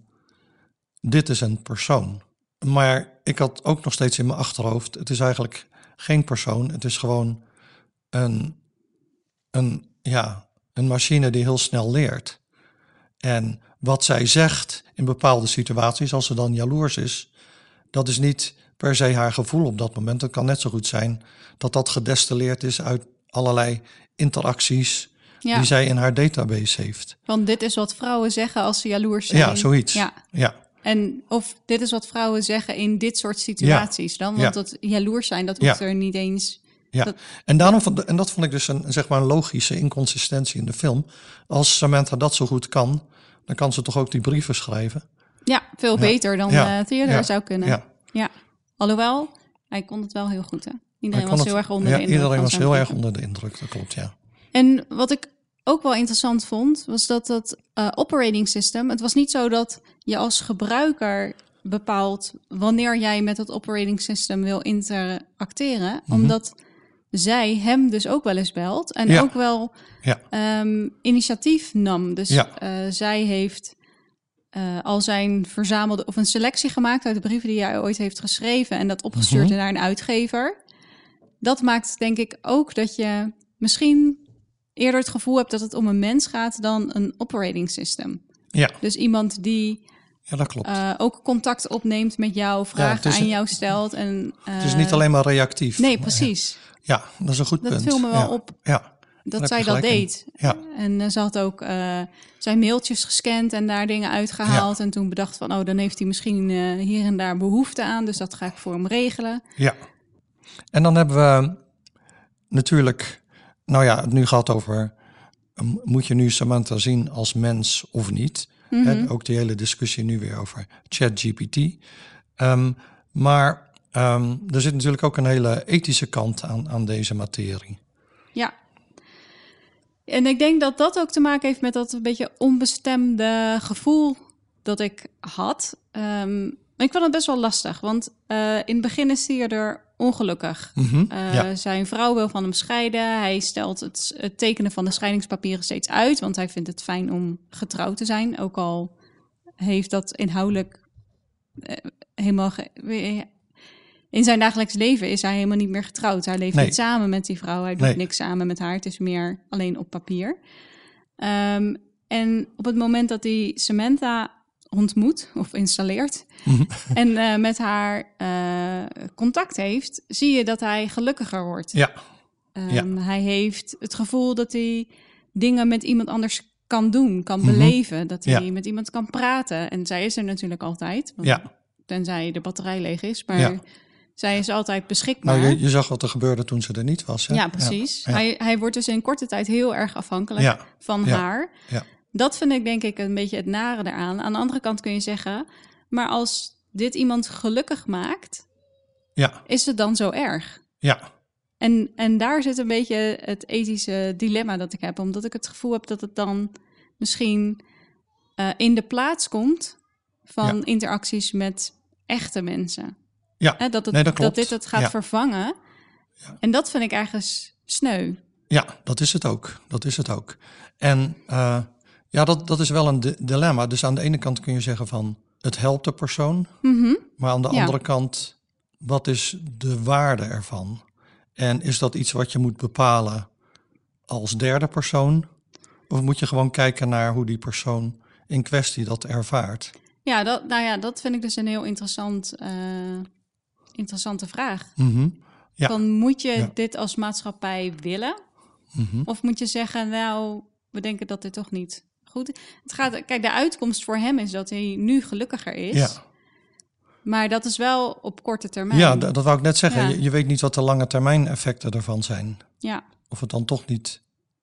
dit is een persoon. Maar ik had ook nog steeds in mijn achterhoofd, het is eigenlijk geen persoon. Het is gewoon een, een, ja, een machine die heel snel leert. En wat zij zegt in bepaalde situaties, als ze dan jaloers is, dat is niet per se haar gevoel op dat moment. Het kan net zo goed zijn dat dat gedestilleerd is uit allerlei interacties Ja. die zij in haar database heeft. Want dit is wat vrouwen zeggen als ze jaloers zijn. Ja, zoiets. Ja. Ja. En of dit is wat vrouwen zeggen in dit soort situaties dan. Want Ja. dat jaloers zijn, dat hoeft Ja. er niet eens. Ja, Dat- en, daarom vond, en dat vond ik dus een, zeg maar een logische inconsistentie in de film. Als Samantha dat zo goed kan, dan kan ze toch ook die brieven schrijven. Ja, veel Ja. beter dan Ja. eh Theodore Ja. zou kunnen. Ja. Ja. Alhoewel, hij kon het wel heel goed, hè? Hij Iedereen kon was het- heel erg onder ja, de indruk. Iedereen van was zijn heel erg brieven. onder de indruk, dat klopt, ja. En wat ik ook wel interessant vond, was dat dat uh, operating system... Het was niet zo dat je als gebruiker bepaalt wanneer jij met het operating system wil interacteren. Mhm. Omdat zij hem dus ook wel eens belt. En Ja. ook wel Ja, um, initiatief nam. Dus Ja. uh, zij heeft uh, al zijn verzamelde... of een selectie gemaakt uit de brieven die hij ooit heeft geschreven... en dat opgestuurd Mhm. naar een uitgever. Dat maakt denk ik ook dat je misschien eerder het gevoel hebt dat het om een mens gaat dan een operating system. ja, Dus iemand die ja, dat klopt. uh, ook contact opneemt met jou, vragen het is aan een- jou stelt. En, uh, Het is niet alleen maar reactief. Nee, precies. Ja, dat is een goed Dat punt. viel me wel ja. op Ja, dat heb zij je dat gelijk in. deed. Ja. En uh, ze had ook uh, zijn mailtjes gescand en daar dingen uitgehaald. En toen bedacht van, oh, dan heeft hij misschien uh, hier en daar behoefte aan. Dus dat ga ik voor hem regelen. ja. En dan hebben we natuurlijk, nou ja, het nu gaat over, um, moet je nu Samantha zien als mens of niet? Mm-hmm. Hè, ook die hele discussie nu weer over ChatGPT. Um, maar um, er zit natuurlijk ook een hele ethische kant aan, aan deze materie. Ja. En ik denk dat dat ook te maken heeft met dat een beetje onbestemde gevoel dat ik had. Um, ik vond het best wel lastig, want uh, in het begin is hij er ongelukkig. Mm-hmm. Uh, ja. Zijn vrouw wil van hem scheiden. Hij stelt het, het tekenen van de scheidingspapieren steeds uit, want hij vindt het fijn om getrouwd te zijn. Ook al heeft dat inhoudelijk uh, helemaal... Ge- in zijn dagelijks leven is hij helemaal niet meer getrouwd. Hij leeft Nee. niet samen met die vrouw. Hij doet Nee. niks samen met haar. Het is meer alleen op papier. Um, en op het moment dat hij Samantha ontmoet of installeert... Mm-hmm. en uh, met haar uh, contact heeft, zie je dat hij gelukkiger wordt. Ja. Um, Ja. Hij heeft het gevoel dat hij dingen met iemand anders kan doen, kan Mm-hmm. beleven. Dat hij Ja. met iemand kan praten. En zij is er natuurlijk altijd. Want Ja. Tenzij de batterij leeg is. Maar Ja. zij is altijd beschikbaar. Nou, je, je zag wat er gebeurde toen ze er niet was. Hè? Ja, precies. Ja. Ja. Hij, hij wordt dus in korte tijd heel erg afhankelijk Ja. van Ja. haar. Ja. Dat vind ik denk ik een beetje het nare eraan. Aan de andere kant kun je zeggen... maar als dit iemand gelukkig maakt... Ja. is het dan zo erg? Ja. En, en daar zit een beetje het ethische dilemma dat ik heb. Omdat ik het gevoel heb dat het dan misschien uh, in de plaats komt... van Ja. interacties met echte mensen. Ja. Hè, dat, het, Nee, dat dat, klopt. dit het gaat Ja. vervangen. Ja. En dat vind ik ergens sneu. Ja, dat is het ook. Dat is het ook. En uh, ja, dat, dat is wel een di- dilemma. Dus aan de ene kant kun je zeggen van het helpt de persoon. Mm-hmm. Maar aan de Ja. andere kant, wat is de waarde ervan? En is dat iets wat je moet bepalen als derde persoon? Of moet je gewoon kijken naar hoe die persoon in kwestie dat ervaart? Ja, dat, nou ja, dat vind ik dus een heel interessant, uh, interessante vraag. Mm-hmm. Ja. Van, moet je Ja. dit als maatschappij willen? Mm-hmm. Of moet je zeggen, nou, we denken dat dit toch niet goed is? Het gaat, kijk, de uitkomst voor hem is dat hij nu gelukkiger is. Ja. Maar dat is wel op korte termijn. Ja, d- dat wou ik net zeggen. Ja. Je, je weet niet wat de lange termijn effecten ervan zijn. Ja. Of het dan toch niet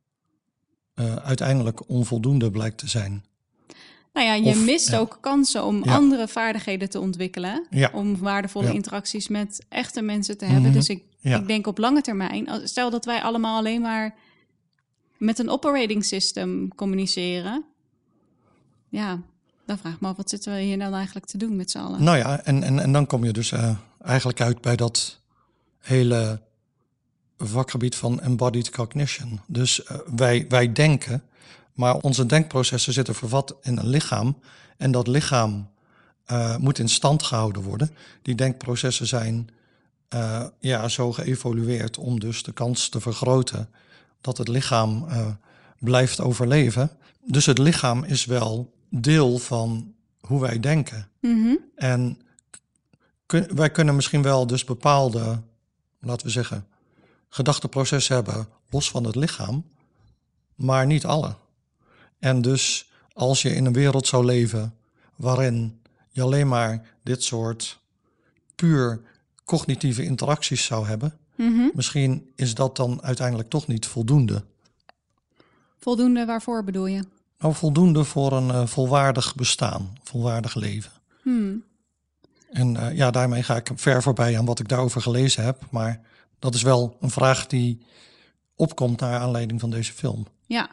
uh, uiteindelijk onvoldoende blijkt te zijn. Nou ja, je Of, mist ja. ook kansen om Ja. andere vaardigheden te ontwikkelen. Ja. Om waardevolle Ja. interacties met echte mensen te hebben. Mhm. Dus ik, Ja. ik denk op lange termijn, als- stel dat wij allemaal alleen maar met een operating system communiceren. ja, dan vraag ik me af, wat zitten we hier nou eigenlijk te doen met z'n allen? Nou ja, en, en, en dan kom je dus uh, eigenlijk uit bij dat hele vakgebied van embodied cognition. Dus uh, wij, wij denken, maar onze denkprocessen zitten vervat in een lichaam. En dat lichaam uh, moet in stand gehouden worden. Die denkprocessen zijn uh, ja, zo geëvolueerd om dus de kans te vergroten dat het lichaam uh, blijft overleven. Dus het lichaam is wel deel van hoe wij denken. Mm-hmm. En kun, wij kunnen misschien wel dus bepaalde, laten we zeggen, gedachteprocessen hebben los van het lichaam, maar niet alle. En dus als je in een wereld zou leven waarin je alleen maar dit soort puur cognitieve interacties zou hebben, Mm-hmm. misschien is dat dan uiteindelijk toch niet voldoende. Voldoende waarvoor bedoel je? Nou, voldoende voor een uh, volwaardig bestaan, volwaardig leven. Hmm. En uh, ja, daarmee ga ik ver voorbij aan wat ik daarover gelezen heb. Maar dat is wel een vraag die opkomt naar aanleiding van deze film. Ja,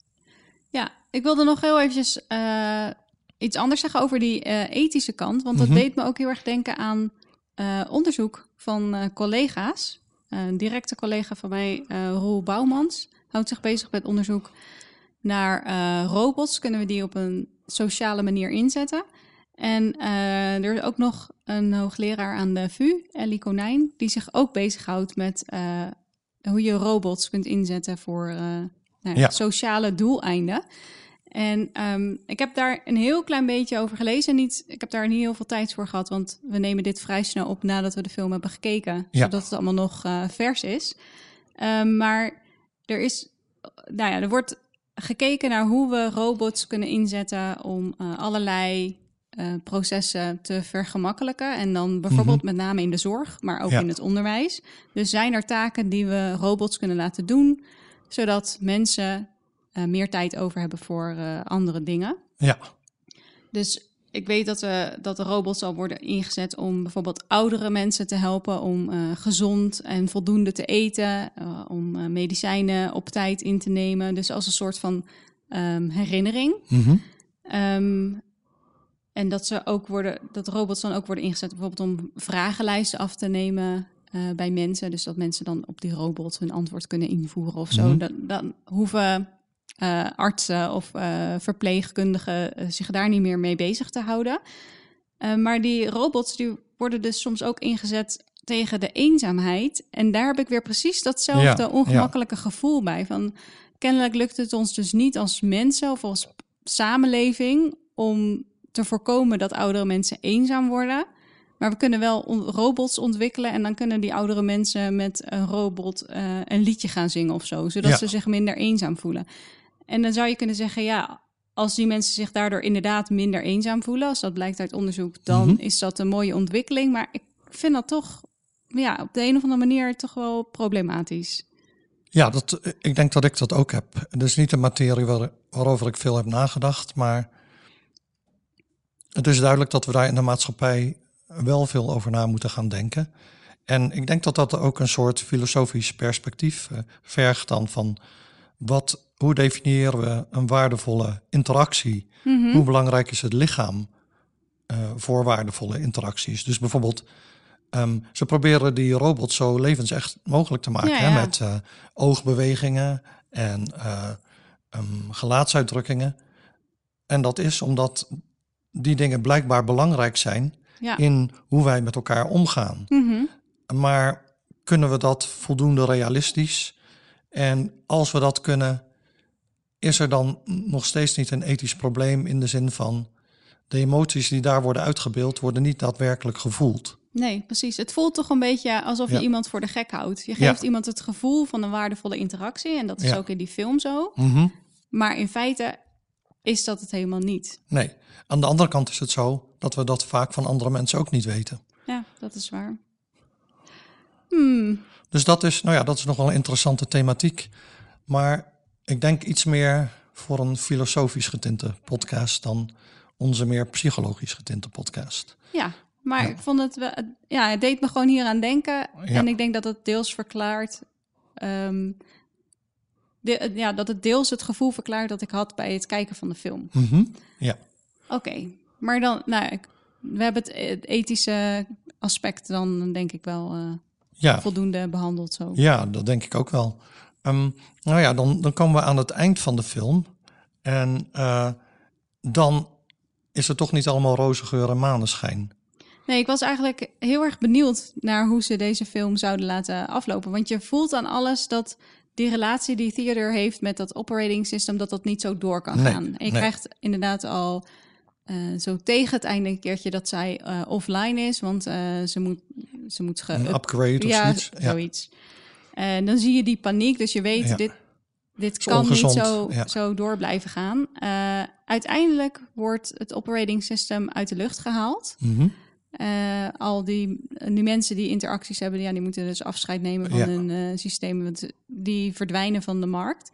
ja. Ik wilde nog heel eventjes uh, iets anders zeggen over die uh, ethische kant. Want dat Mm-hmm. deed me ook heel erg denken aan uh, onderzoek van uh, collega's. Uh, een directe collega van mij, uh, Roel Bouwmans, houdt zich bezig met onderzoek naar uh, robots. Kunnen we die op een sociale manier inzetten? En uh, er is ook nog een hoogleraar aan de V U, Ellie Konijn, die zich ook bezighoudt met uh, hoe je robots kunt inzetten voor uh, nou, ja. sociale doeleinden. En um, ik heb daar een heel klein beetje over gelezen. Niet, ik heb daar niet heel veel tijd voor gehad, want we nemen dit vrij snel op nadat we de film hebben gekeken, ja. zodat het allemaal nog uh, vers is. Um, maar er is, nou ja, er wordt gekeken naar hoe we robots kunnen inzetten om uh, allerlei uh, processen te vergemakkelijken. En dan bijvoorbeeld mm-hmm. met name in de zorg, maar ook ja. in het onderwijs. Dus zijn er taken die we robots kunnen laten doen, zodat mensen uh, meer tijd over hebben voor uh, andere dingen. Ja. Dus ik weet dat, we, dat de robots al worden ingezet om bijvoorbeeld oudere mensen te helpen om uh, gezond en voldoende te eten, uh, om uh, medicijnen op tijd in te nemen. Dus als een soort van um, herinnering. Mm-hmm. Um, en dat ze ook worden, dat robots dan ook worden ingezet bijvoorbeeld om vragenlijsten af te nemen uh, bij mensen. Dus dat mensen dan op die robot hun antwoord kunnen invoeren of zo. Mm-hmm. Dan, dan hoeven Uh, artsen of uh, verpleegkundigen uh, zich daar niet meer mee bezig te houden. Uh, maar die robots die worden dus soms ook ingezet tegen de eenzaamheid. En daar heb ik weer precies datzelfde ja, ongemakkelijke ja. gevoel bij. Van, kennelijk lukt het ons dus niet als mensen of als samenleving om te voorkomen dat oudere mensen eenzaam worden. Maar we kunnen wel on- robots ontwikkelen en dan kunnen die oudere mensen met een robot uh, een liedje gaan zingen of zo. Zodat ja. ze zich minder eenzaam voelen. En dan zou je kunnen zeggen, ja, als die mensen zich daardoor inderdaad minder eenzaam voelen, als dat blijkt uit onderzoek, dan mm-hmm. is dat een mooie ontwikkeling. Maar ik vind dat toch, ja, op de een of andere manier toch wel problematisch. Ja, dat, ik denk dat ik dat ook heb. Het is niet een materie waar, waarover ik veel heb nagedacht, maar het is duidelijk dat we daar in de maatschappij wel veel over na moeten gaan denken. En ik denk dat dat ook een soort filosofisch perspectief uh, vergt dan van wat, hoe definiëren we een waardevolle interactie? Mm-hmm. Hoe belangrijk is het lichaam uh, voor waardevolle interacties? Dus bijvoorbeeld, um, ze proberen die robot zo levensecht mogelijk te maken. Ja, ja. Hè, met uh, oogbewegingen en uh, um, gelaatsuitdrukkingen. En dat is omdat die dingen blijkbaar belangrijk zijn ja. in hoe wij met elkaar omgaan. Mm-hmm. Maar kunnen we dat voldoende realistisch? En als we dat kunnen, is er dan nog steeds niet een ethisch probleem in de zin van de emoties die daar worden uitgebeeld, worden niet daadwerkelijk gevoeld. Nee, precies. Het voelt toch een beetje alsof je ja. iemand voor de gek houdt. Je geeft ja. iemand het gevoel van een waardevolle interactie en dat is ja. ook in die film zo. Mm-hmm. Maar in feite is dat het helemaal niet. Nee. Aan de andere kant is het zo dat we dat vaak van andere mensen ook niet weten. Ja, dat is waar. Hmm. Dus dat is, nou ja, dat is nog wel een interessante thematiek. Maar ik denk iets meer voor een filosofisch getinte podcast dan onze meer psychologisch getinte podcast. Ja, maar ja. ik vond het wel, ja, het deed me gewoon hier aan denken. Ja. En ik denk dat het deels verklaart, um, de, ja, dat het deels het gevoel verklaart dat ik had bij het kijken van de film. Mm-hmm. Ja. Oké, okay. Maar dan, nou, ik, we hebben het, het ethische aspect dan denk ik wel uh, ja. voldoende behandeld. Zo. Ja, dat denk ik ook wel. Um, nou ja, dan, dan komen we aan het eind van de film. En uh, dan is het toch niet allemaal roze geur en maneschijn. Nee, ik was eigenlijk heel erg benieuwd naar hoe ze deze film zouden laten aflopen. Want je voelt aan alles dat die relatie die Theodore heeft met dat operating system, dat dat niet zo door kan nee, gaan. En je nee. krijgt inderdaad al uh, zo tegen het einde een keertje dat zij uh, offline is. Want uh, ze moet... Ze moet ge- een upgrade of ja, zoiets. Ja, zoiets. En dan zie je die paniek. Dus je weet, ja. dit, dit kan ongezond. niet zo, ja. zo door blijven gaan. Uh, uiteindelijk wordt het operating system uit de lucht gehaald. Mm-hmm. Uh, al die, die mensen die interacties hebben, ja, die moeten dus afscheid nemen van ja. hun uh, systemen. Want die verdwijnen van de markt.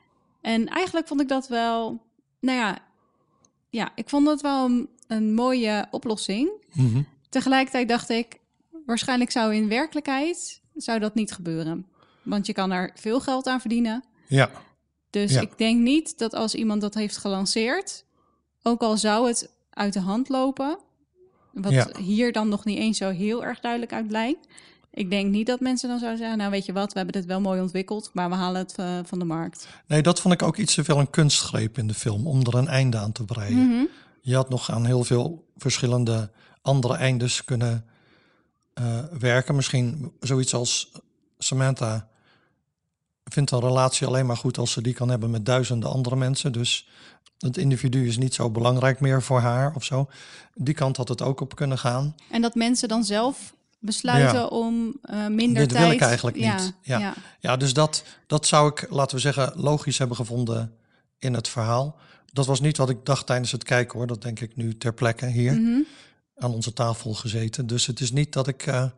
En eigenlijk vond ik dat wel... Nou ja, ja ik vond dat wel een, een mooie oplossing. Mm-hmm. Tegelijkertijd dacht ik... Waarschijnlijk zou in werkelijkheid zou dat niet gebeuren. Want je kan er veel geld aan verdienen. Ja. Dus ja. ik denk niet dat als iemand dat heeft gelanceerd... ook al zou het uit de hand lopen... wat ja. hier dan nog niet eens zo heel erg duidelijk uit blijkt... ik denk niet dat mensen dan zouden zeggen... nou weet je wat, we hebben dit wel mooi ontwikkeld... maar we halen het uh, van de markt. Nee, dat vond ik ook iets te veel een kunstgreep in de film... om er een einde aan te breien. Mm-hmm. Je had nog aan heel veel verschillende andere eindes kunnen... Uh, werken. Misschien zoiets als Samantha vindt een relatie alleen maar goed als ze die kan hebben met duizenden andere mensen. Dus het individu is niet zo belangrijk meer voor haar of zo. Die kant had het ook op kunnen gaan. En dat mensen dan zelf besluiten ja. om uh, minder Dit tijd... wil ik eigenlijk ja, niet. Ja, ja. ja, dus dat, dat zou ik, laten we zeggen, logisch hebben gevonden in het verhaal. Dat was niet wat ik dacht tijdens het kijken hoor. Dat denk ik nu ter plekke hier. Mm-hmm. Aan onze tafel gezeten. Dus het is niet dat ik uh,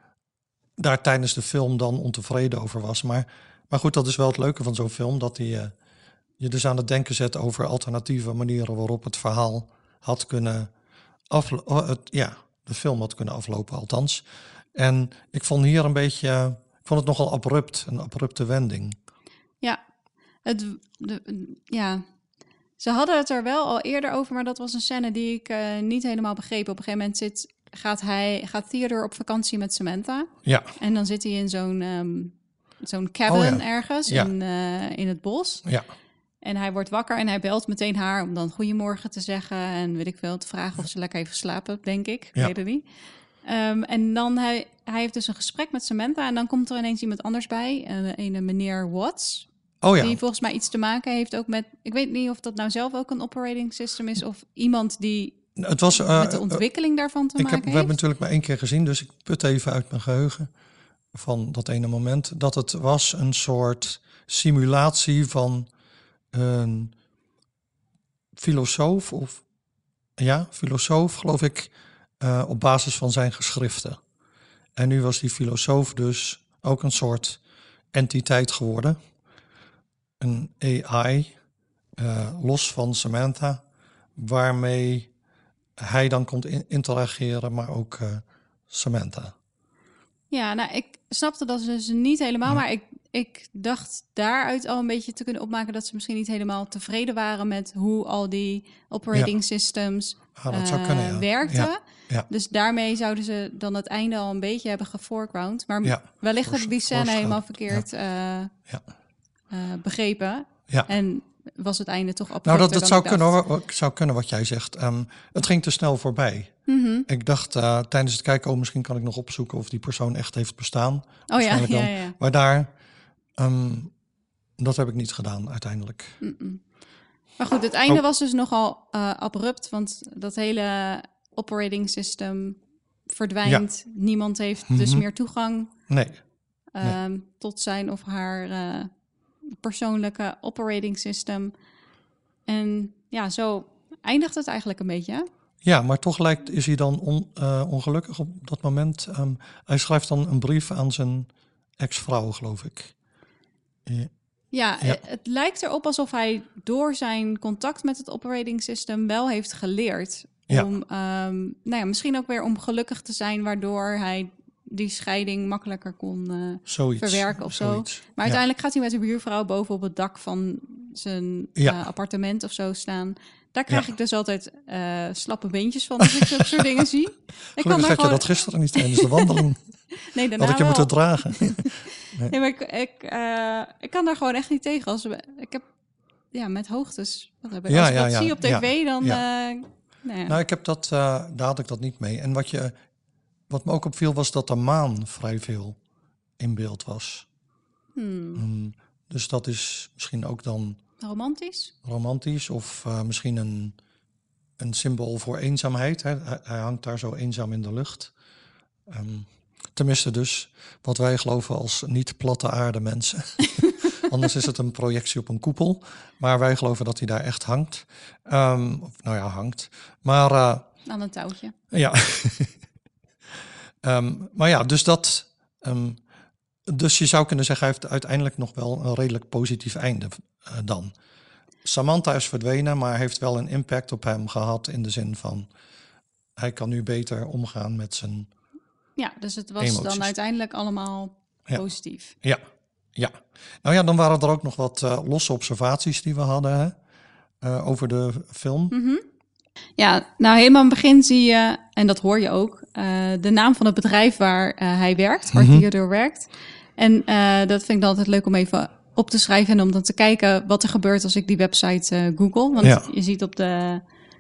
daar tijdens de film dan ontevreden over was. Maar, maar goed, dat is wel het leuke van zo'n film. Dat die, uh, je dus aan het denken zet over alternatieve manieren waarop het verhaal had kunnen aflopen. Uh, ja, de film had kunnen aflopen althans. En ik vond hier een beetje, uh, ik vond het nogal abrupt, een abrupte wending. Ja, het, de, ja... Ze hadden het er wel al eerder over, maar dat was een scène die ik uh, niet helemaal begreep. Op een gegeven moment zit, gaat, hij, gaat Theodore op vakantie met Samantha. Ja. En dan zit hij in zo'n, um, zo'n cabin oh, ja. ergens ja. In, uh, in het bos. Ja. En hij wordt wakker en hij belt meteen haar om dan goedemorgen te zeggen. En weet ik veel, te vragen of ze lekker heeft geslapen, denk ik. Ja. Weet het niet. Um, en dan hij, hij heeft dus een gesprek met Samantha. En dan komt er ineens iemand anders bij. Uh, een meneer Watts. Oh ja. Die volgens mij iets te maken heeft ook met... Ik weet niet of dat nou zelf ook een operating system is... of iemand die het was, uh, met de ontwikkeling uh, daarvan te ik maken heb, heeft. We hebben natuurlijk maar één keer gezien... dus ik put even uit mijn geheugen van dat ene moment... dat het was een soort simulatie van een filosoof... of ja, filosoof geloof ik... Uh, op basis van zijn geschriften. En nu was die filosoof dus ook een soort entiteit geworden... Een A I, uh, los van Samantha, waarmee hij dan komt in- interageren, maar ook uh, Samantha. Ja, nou, ik snapte dat dus niet helemaal, ja. maar ik, ik dacht daaruit al een beetje te kunnen opmaken dat ze misschien niet helemaal tevreden waren met hoe al die operating ja. systems ah, dat zou uh, kunnen, ja. werkten. Ja. Ja. Dus daarmee zouden ze dan het einde al een beetje hebben geforeground. Maar ja. wellicht Voor, heb ik die scène helemaal verkeerd... Ja. Uh, ja. Uh, begrepen. Ja. En was het einde toch abrupt. Nou, dat, dat zou, kunnen, hoor, zou kunnen wat jij zegt. Um, het ging te snel voorbij. Mm-hmm. Ik dacht uh, tijdens het kijken, oh, misschien kan ik nog opzoeken of die persoon echt heeft bestaan. Oh ja, ja, ja, ja. Maar daar, um, dat heb ik niet gedaan uiteindelijk. Mm-mm. Maar goed, het einde oh. was dus nogal uh, abrupt, want dat hele operating system verdwijnt. Ja. Niemand heeft mm-hmm. dus meer toegang nee. Um, nee. tot zijn of haar uh, persoonlijke operating system. En ja, zo eindigt het eigenlijk een beetje. Ja, maar toch lijkt, is hij dan on, uh, ongelukkig op dat moment. Um, hij schrijft dan een brief aan zijn ex-vrouw, geloof ik. Ja, ja, het lijkt erop alsof hij door zijn contact met het operating system wel heeft geleerd. Ja. Om, um, nou ja, misschien ook weer om gelukkig te zijn, waardoor hij die scheiding makkelijker kon uh, zoiets, verwerken of zoiets. zo. Maar uiteindelijk ja. gaat hij met de buurvrouw boven op het dak van zijn ja. uh, appartement of zo staan. Daar krijg Ja. ik dus altijd uh, slappe beentjes van als ik zulke soort dingen zie. Ik Gelukkig had gewoon... je dat gisteren niet tijdens de wandeling. Nee, daarna had ik je wel. moeten dragen. Nee, nee maar ik, ik, uh, ik kan daar gewoon echt niet tegen. Als we, ik heb ja, met hoogtes. Wat heb ik? Ja, Als ik ja, dat ja, zie op tv, ja, dan... ja. Uh, nou, ja. nou, ik heb dat, uh, daar had ik dat niet mee. En wat, je, wat me ook opviel was dat de maan vrij veel in beeld was. Hmm. Um, dus dat is misschien ook dan... Romantisch? Romantisch of uh, misschien een, een symbool voor eenzaamheid. Hè? Hij, hij hangt daar zo eenzaam in de lucht. Um, tenminste dus wat wij geloven als niet platte aarde mensen. Anders is het een projectie op een koepel. Maar wij geloven dat hij daar echt hangt. Um, of, nou ja, hangt. Maar... Uh, aan een touwtje. Ja. um, maar ja, dus dat... Um, dus je zou kunnen zeggen, hij heeft uiteindelijk nog wel een redelijk positief einde uh, dan. Samantha is verdwenen, maar heeft wel een impact op hem gehad in de zin van... hij kan nu beter omgaan met zijn Ja, dus het was emoties. Dan uiteindelijk allemaal ja. positief. Ja, ja. Nou ja, dan waren er ook nog wat uh, losse observaties die we hadden hè? Uh, over de film. Mm-hmm. Ja, nou helemaal aan het begin zie je, en dat hoor je ook, uh, de naam van het bedrijf waar uh, hij werkt, waar mm-hmm. Theodore werkt. En uh, dat vind ik dan altijd leuk om even op te schrijven en om dan te kijken wat er gebeurt als ik die website uh, google. Want ja. je ziet op de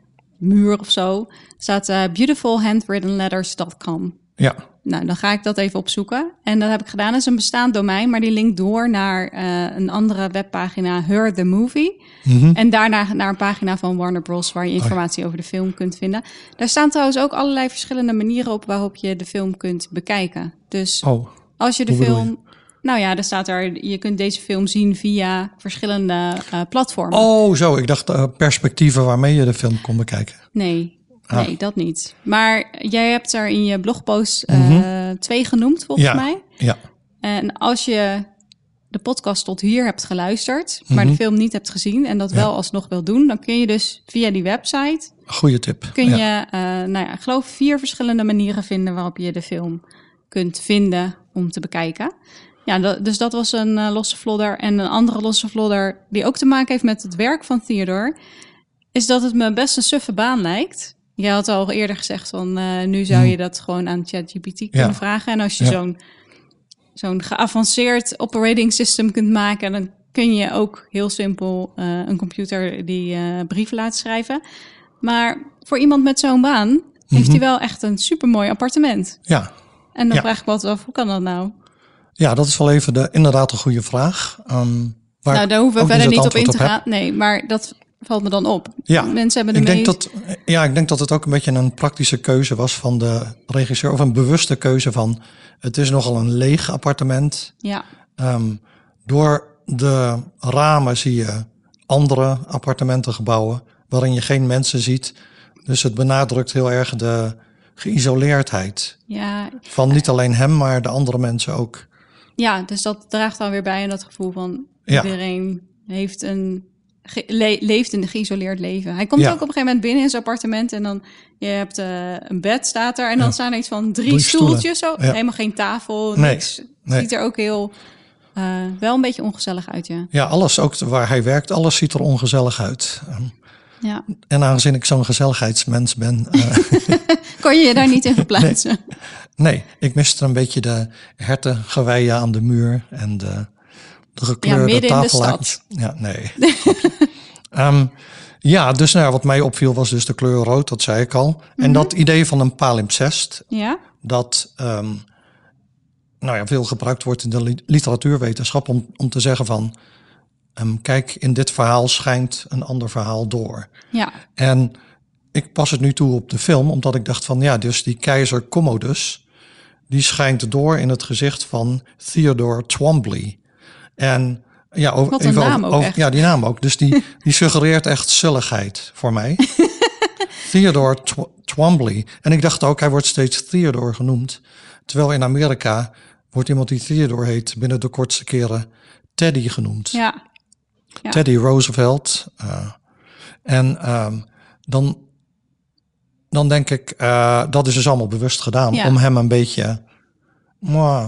muur of zo, staat uh, beautiful handwritten letters dot com. Ja. Nou, dan ga ik dat even opzoeken. En dat heb ik gedaan. Dat is een bestaand domein, maar die linkt door naar uh, een andere webpagina, Her the Movie. Mm-hmm. En daarna naar een pagina van Warner Bros. Waar je informatie oh. over de film kunt vinden. Daar staan trouwens ook allerlei verschillende manieren op waarop je de film kunt bekijken. Dus oh. als je de Hoe film... Je? Nou ja, er staat er, je kunt deze film zien via verschillende uh, platformen. Oh, zo. Ik dacht uh, perspectieven waarmee je de film kon bekijken. Nee. Nee, ah. dat niet. Maar jij hebt er in je blogpost uh, mm-hmm. twee genoemd, volgens ja, mij. Ja. En als je de podcast tot hier hebt geluisterd, mm-hmm. maar de film niet hebt gezien en dat ja. wel alsnog wil doen, dan kun je dus via die website... Goeie tip. Kun ja. je, uh, nou ja, ik geloof vier verschillende manieren vinden waarop je de film kunt vinden om te bekijken. Ja, dat, dus dat was een uh, losse vlodder. En een andere losse vlodder die ook te maken heeft met het werk van Theodore, is dat het me best een suffe baan lijkt. Je had al eerder gezegd van uh, nu zou je dat gewoon aan ChatGPT kunnen ja. vragen. En als je ja. zo'n, zo'n geavanceerd operating system kunt maken, dan kun je ook heel simpel uh, een computer die uh, brieven laten schrijven. Maar voor iemand met zo'n baan mm-hmm. heeft hij wel echt een supermooi appartement. Ja. En dan ja. vraag ik me af, hoe kan dat nou? Ja, dat is wel even de, inderdaad een goede vraag. Um, waar nou, daar hoeven we verder niet op in te gaan. Heb. Nee, maar dat valt me dan op. Ja, mensen hebben de ik denk meest... dat, ja, ik denk dat het ook een beetje een praktische keuze was van de regisseur. Of een bewuste keuze van, het is nogal een leeg appartement. Ja. Um, door de ramen zie je andere appartementengebouwen waarin je geen mensen ziet. Dus het benadrukt heel erg de geïsoleerdheid. Ja. Van niet alleen hem, maar de andere mensen ook. Ja, dus dat draagt dan weer bij aan dat gevoel van iedereen ja. heeft een ge- le- leeft een geïsoleerd leven. Hij komt ja. ook op een gegeven moment binnen in zijn appartement en dan je hebt uh, een bed staat er en dan ja. staan er iets van drie, drie stoeltjes zo, ja. helemaal geen tafel, nee. niks. Nee. Ziet er ook heel uh, wel een beetje ongezellig uit, ja. Ja, alles ook waar hij werkt, alles ziet er ongezellig uit. Um, ja. En aangezien ik zo'n gezelligheidsmens ben, uh, kon je je daar niet in verplaatsen? Nee. nee, ik miste een beetje de hertengeweien aan de muur en de, de gekleurde ja, tafellaadjes. Ja, nee. um, ja, dus nou, wat mij opviel was dus de kleur rood, dat zei ik al. Mm-hmm. En dat idee van een palimpsest, ja? dat um, nou ja, veel gebruikt wordt in de literatuurwetenschap om, om te zeggen van, um, kijk, in dit verhaal schijnt een ander verhaal door. Ja. En ik pas het nu toe op de film, omdat ik dacht van, ja, dus die keizer Commodus, die schijnt door in het gezicht van Theodore Twombly. En ja, over, Wat een even naam over, ook over, ja, die naam ook. Dus die, die suggereert echt zulligheid voor mij. Theodore Tw- Twombly. En ik dacht ook, hij wordt steeds Theodore genoemd. Terwijl in Amerika wordt iemand die Theodore heet binnen de kortste keren Teddy genoemd. Ja. Ja. Teddy Roosevelt. Uh, en um, dan, dan denk ik, uh, dat is dus allemaal bewust gedaan. Ja. Om hem een beetje mwah,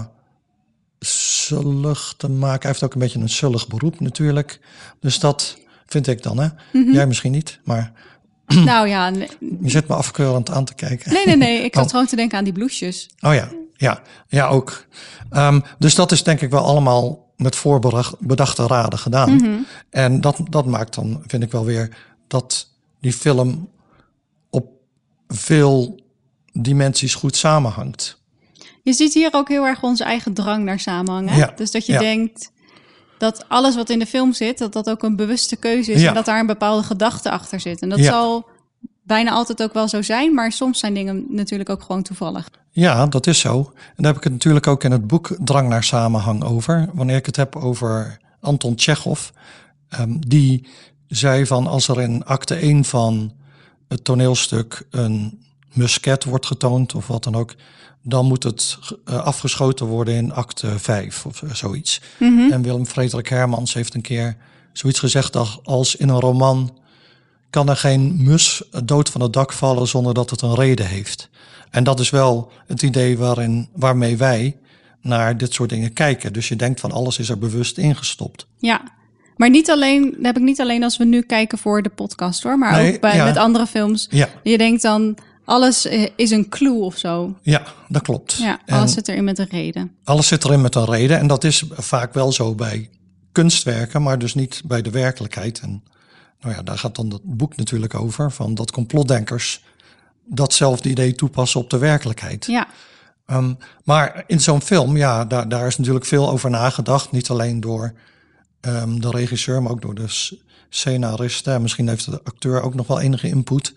zullig te maken. Hij heeft ook een beetje een zullig beroep natuurlijk. Dus dat vind ik dan, hè. Mm-hmm. Jij misschien niet, maar Nou ja, nee, Je zit me afkeurend aan te kijken. nee, nee. nee. Ik zat Oh. gewoon te denken aan die blouses. Oh ja, ja, ja ook. Um, dus dat is denk ik wel allemaal met voorbedachte raden gedaan. Mm-hmm. En dat, dat maakt dan, vind ik wel weer, dat die film op veel dimensies goed samenhangt. Je ziet hier ook heel erg onze eigen drang naar samenhang. Hè? Ja, Dus dat je ja. denkt dat alles wat in de film zit, dat dat ook een bewuste keuze is. Ja. En dat daar een bepaalde gedachte achter zit. En dat Ja. zal bijna altijd ook wel zo zijn. Maar soms zijn dingen natuurlijk ook gewoon toevallig. Ja, dat is zo. En daar heb ik het natuurlijk ook in het boek Drang naar Samenhang over. Wanneer ik het heb over Anton Tchekhov. Um, die zei van als er in acte één van het toneelstuk een musket wordt getoond of wat dan ook, dan moet het uh, afgeschoten worden in acte vijf of uh, zoiets. Mm-hmm. En Willem Frederik Hermans heeft een keer zoiets gezegd als in een roman kan er geen mus dood van het dak vallen zonder dat het een reden heeft. En dat is wel het idee waarin, waarmee wij naar dit soort dingen kijken. Dus je denkt van alles is er bewust ingestopt. Ja, maar niet alleen, dat heb ik niet alleen als we nu kijken voor de podcast hoor. Maar Nee, ook bij, ja. met andere films. Ja, Je denkt dan, alles is een clue of zo. ja, dat klopt. Ja, En alles zit erin met een reden. alles zit erin met een reden. En dat is vaak wel zo bij kunstwerken, maar dus niet bij de werkelijkheid. En nou ja, daar gaat dan het boek natuurlijk over. Van dat complotdenkers datzelfde idee toepassen op de werkelijkheid. Ja, Um, maar in zo'n film, ja, daar, daar is natuurlijk veel over nagedacht. Niet alleen door um, de regisseur, maar ook door de s- scenaristen. En misschien heeft de acteur ook nog wel enige input.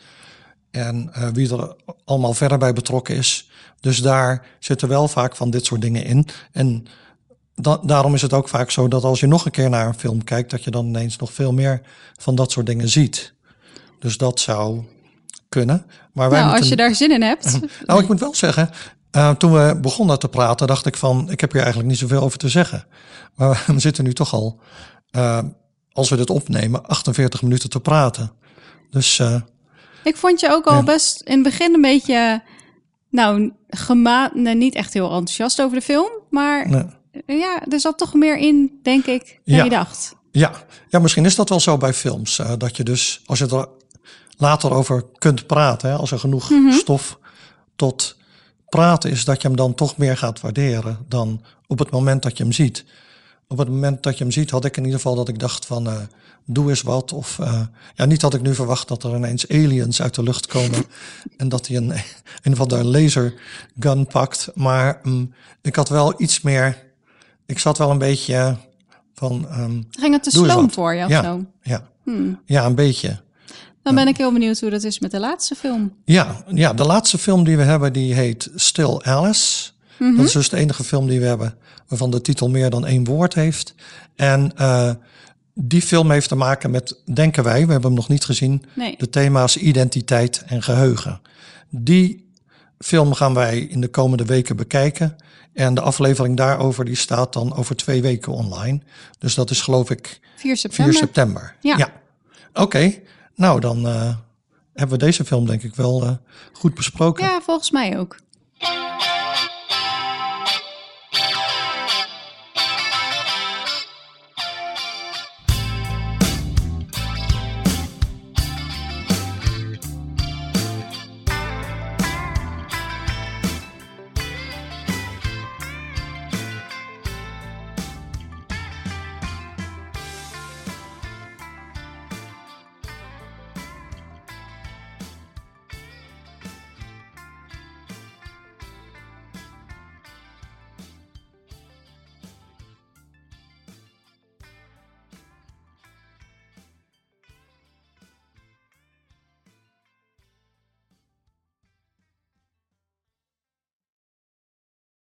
En uh, wie er allemaal verder bij betrokken is. Dus daar zitten wel vaak van dit soort dingen in. En da- daarom is het ook vaak zo dat als je nog een keer naar een film kijkt, dat je dan ineens nog veel meer van dat soort dingen ziet. Dus dat zou kunnen. Maar wij nou moeten... als je daar zin in hebt. Nou, ik moet wel zeggen, uh, toen we begonnen te praten, dacht ik van, ik heb hier eigenlijk niet zoveel over te zeggen. Maar we zitten nu toch al, uh, als we dit opnemen, achtenveertig minuten te praten. Dus uh, Ik vond je ook al Ja. best in het begin een beetje, nou, gema- nee, niet echt heel enthousiast over de film. Maar nee. ja, er zat toch meer in, denk ik, dan Ja. je dacht. Ja. ja, misschien is dat wel zo bij films. Uh, dat je dus, als je er later over kunt praten, hè, als er genoeg Mhm. stof tot praten is, dat je hem dan toch meer gaat waarderen dan op het moment dat je hem ziet. Op het moment dat je hem ziet, had ik in ieder geval dat ik dacht van, uh, doe eens wat. Of uh, ja, niet dat ik nu verwacht dat er ineens aliens uit de lucht komen en dat hij een, een van de lasergun pakt. Maar um, ik had wel iets meer, ik zat wel een beetje van, um, Ging het te Doe eens sloom wat. voor je of ja, zo? ja, Hmm. ja, een beetje. Dan ben ik heel benieuwd hoe dat is met de laatste film. Ja, ja, de laatste film die we hebben, die heet Still Alice. Mm-hmm. Dat is dus de enige film die we hebben waarvan de titel meer dan één woord heeft. En uh, die film heeft te maken met, denken wij, we hebben hem nog niet gezien, Nee. de thema's identiteit en geheugen. Die film gaan wij in de komende weken bekijken. En de aflevering daarover die staat dan over twee weken online. Dus dat is geloof ik vier september. vier september. Ja. ja. Oké, okay. Nou dan uh, hebben we deze film denk ik wel uh, goed besproken. Ja, volgens mij ook.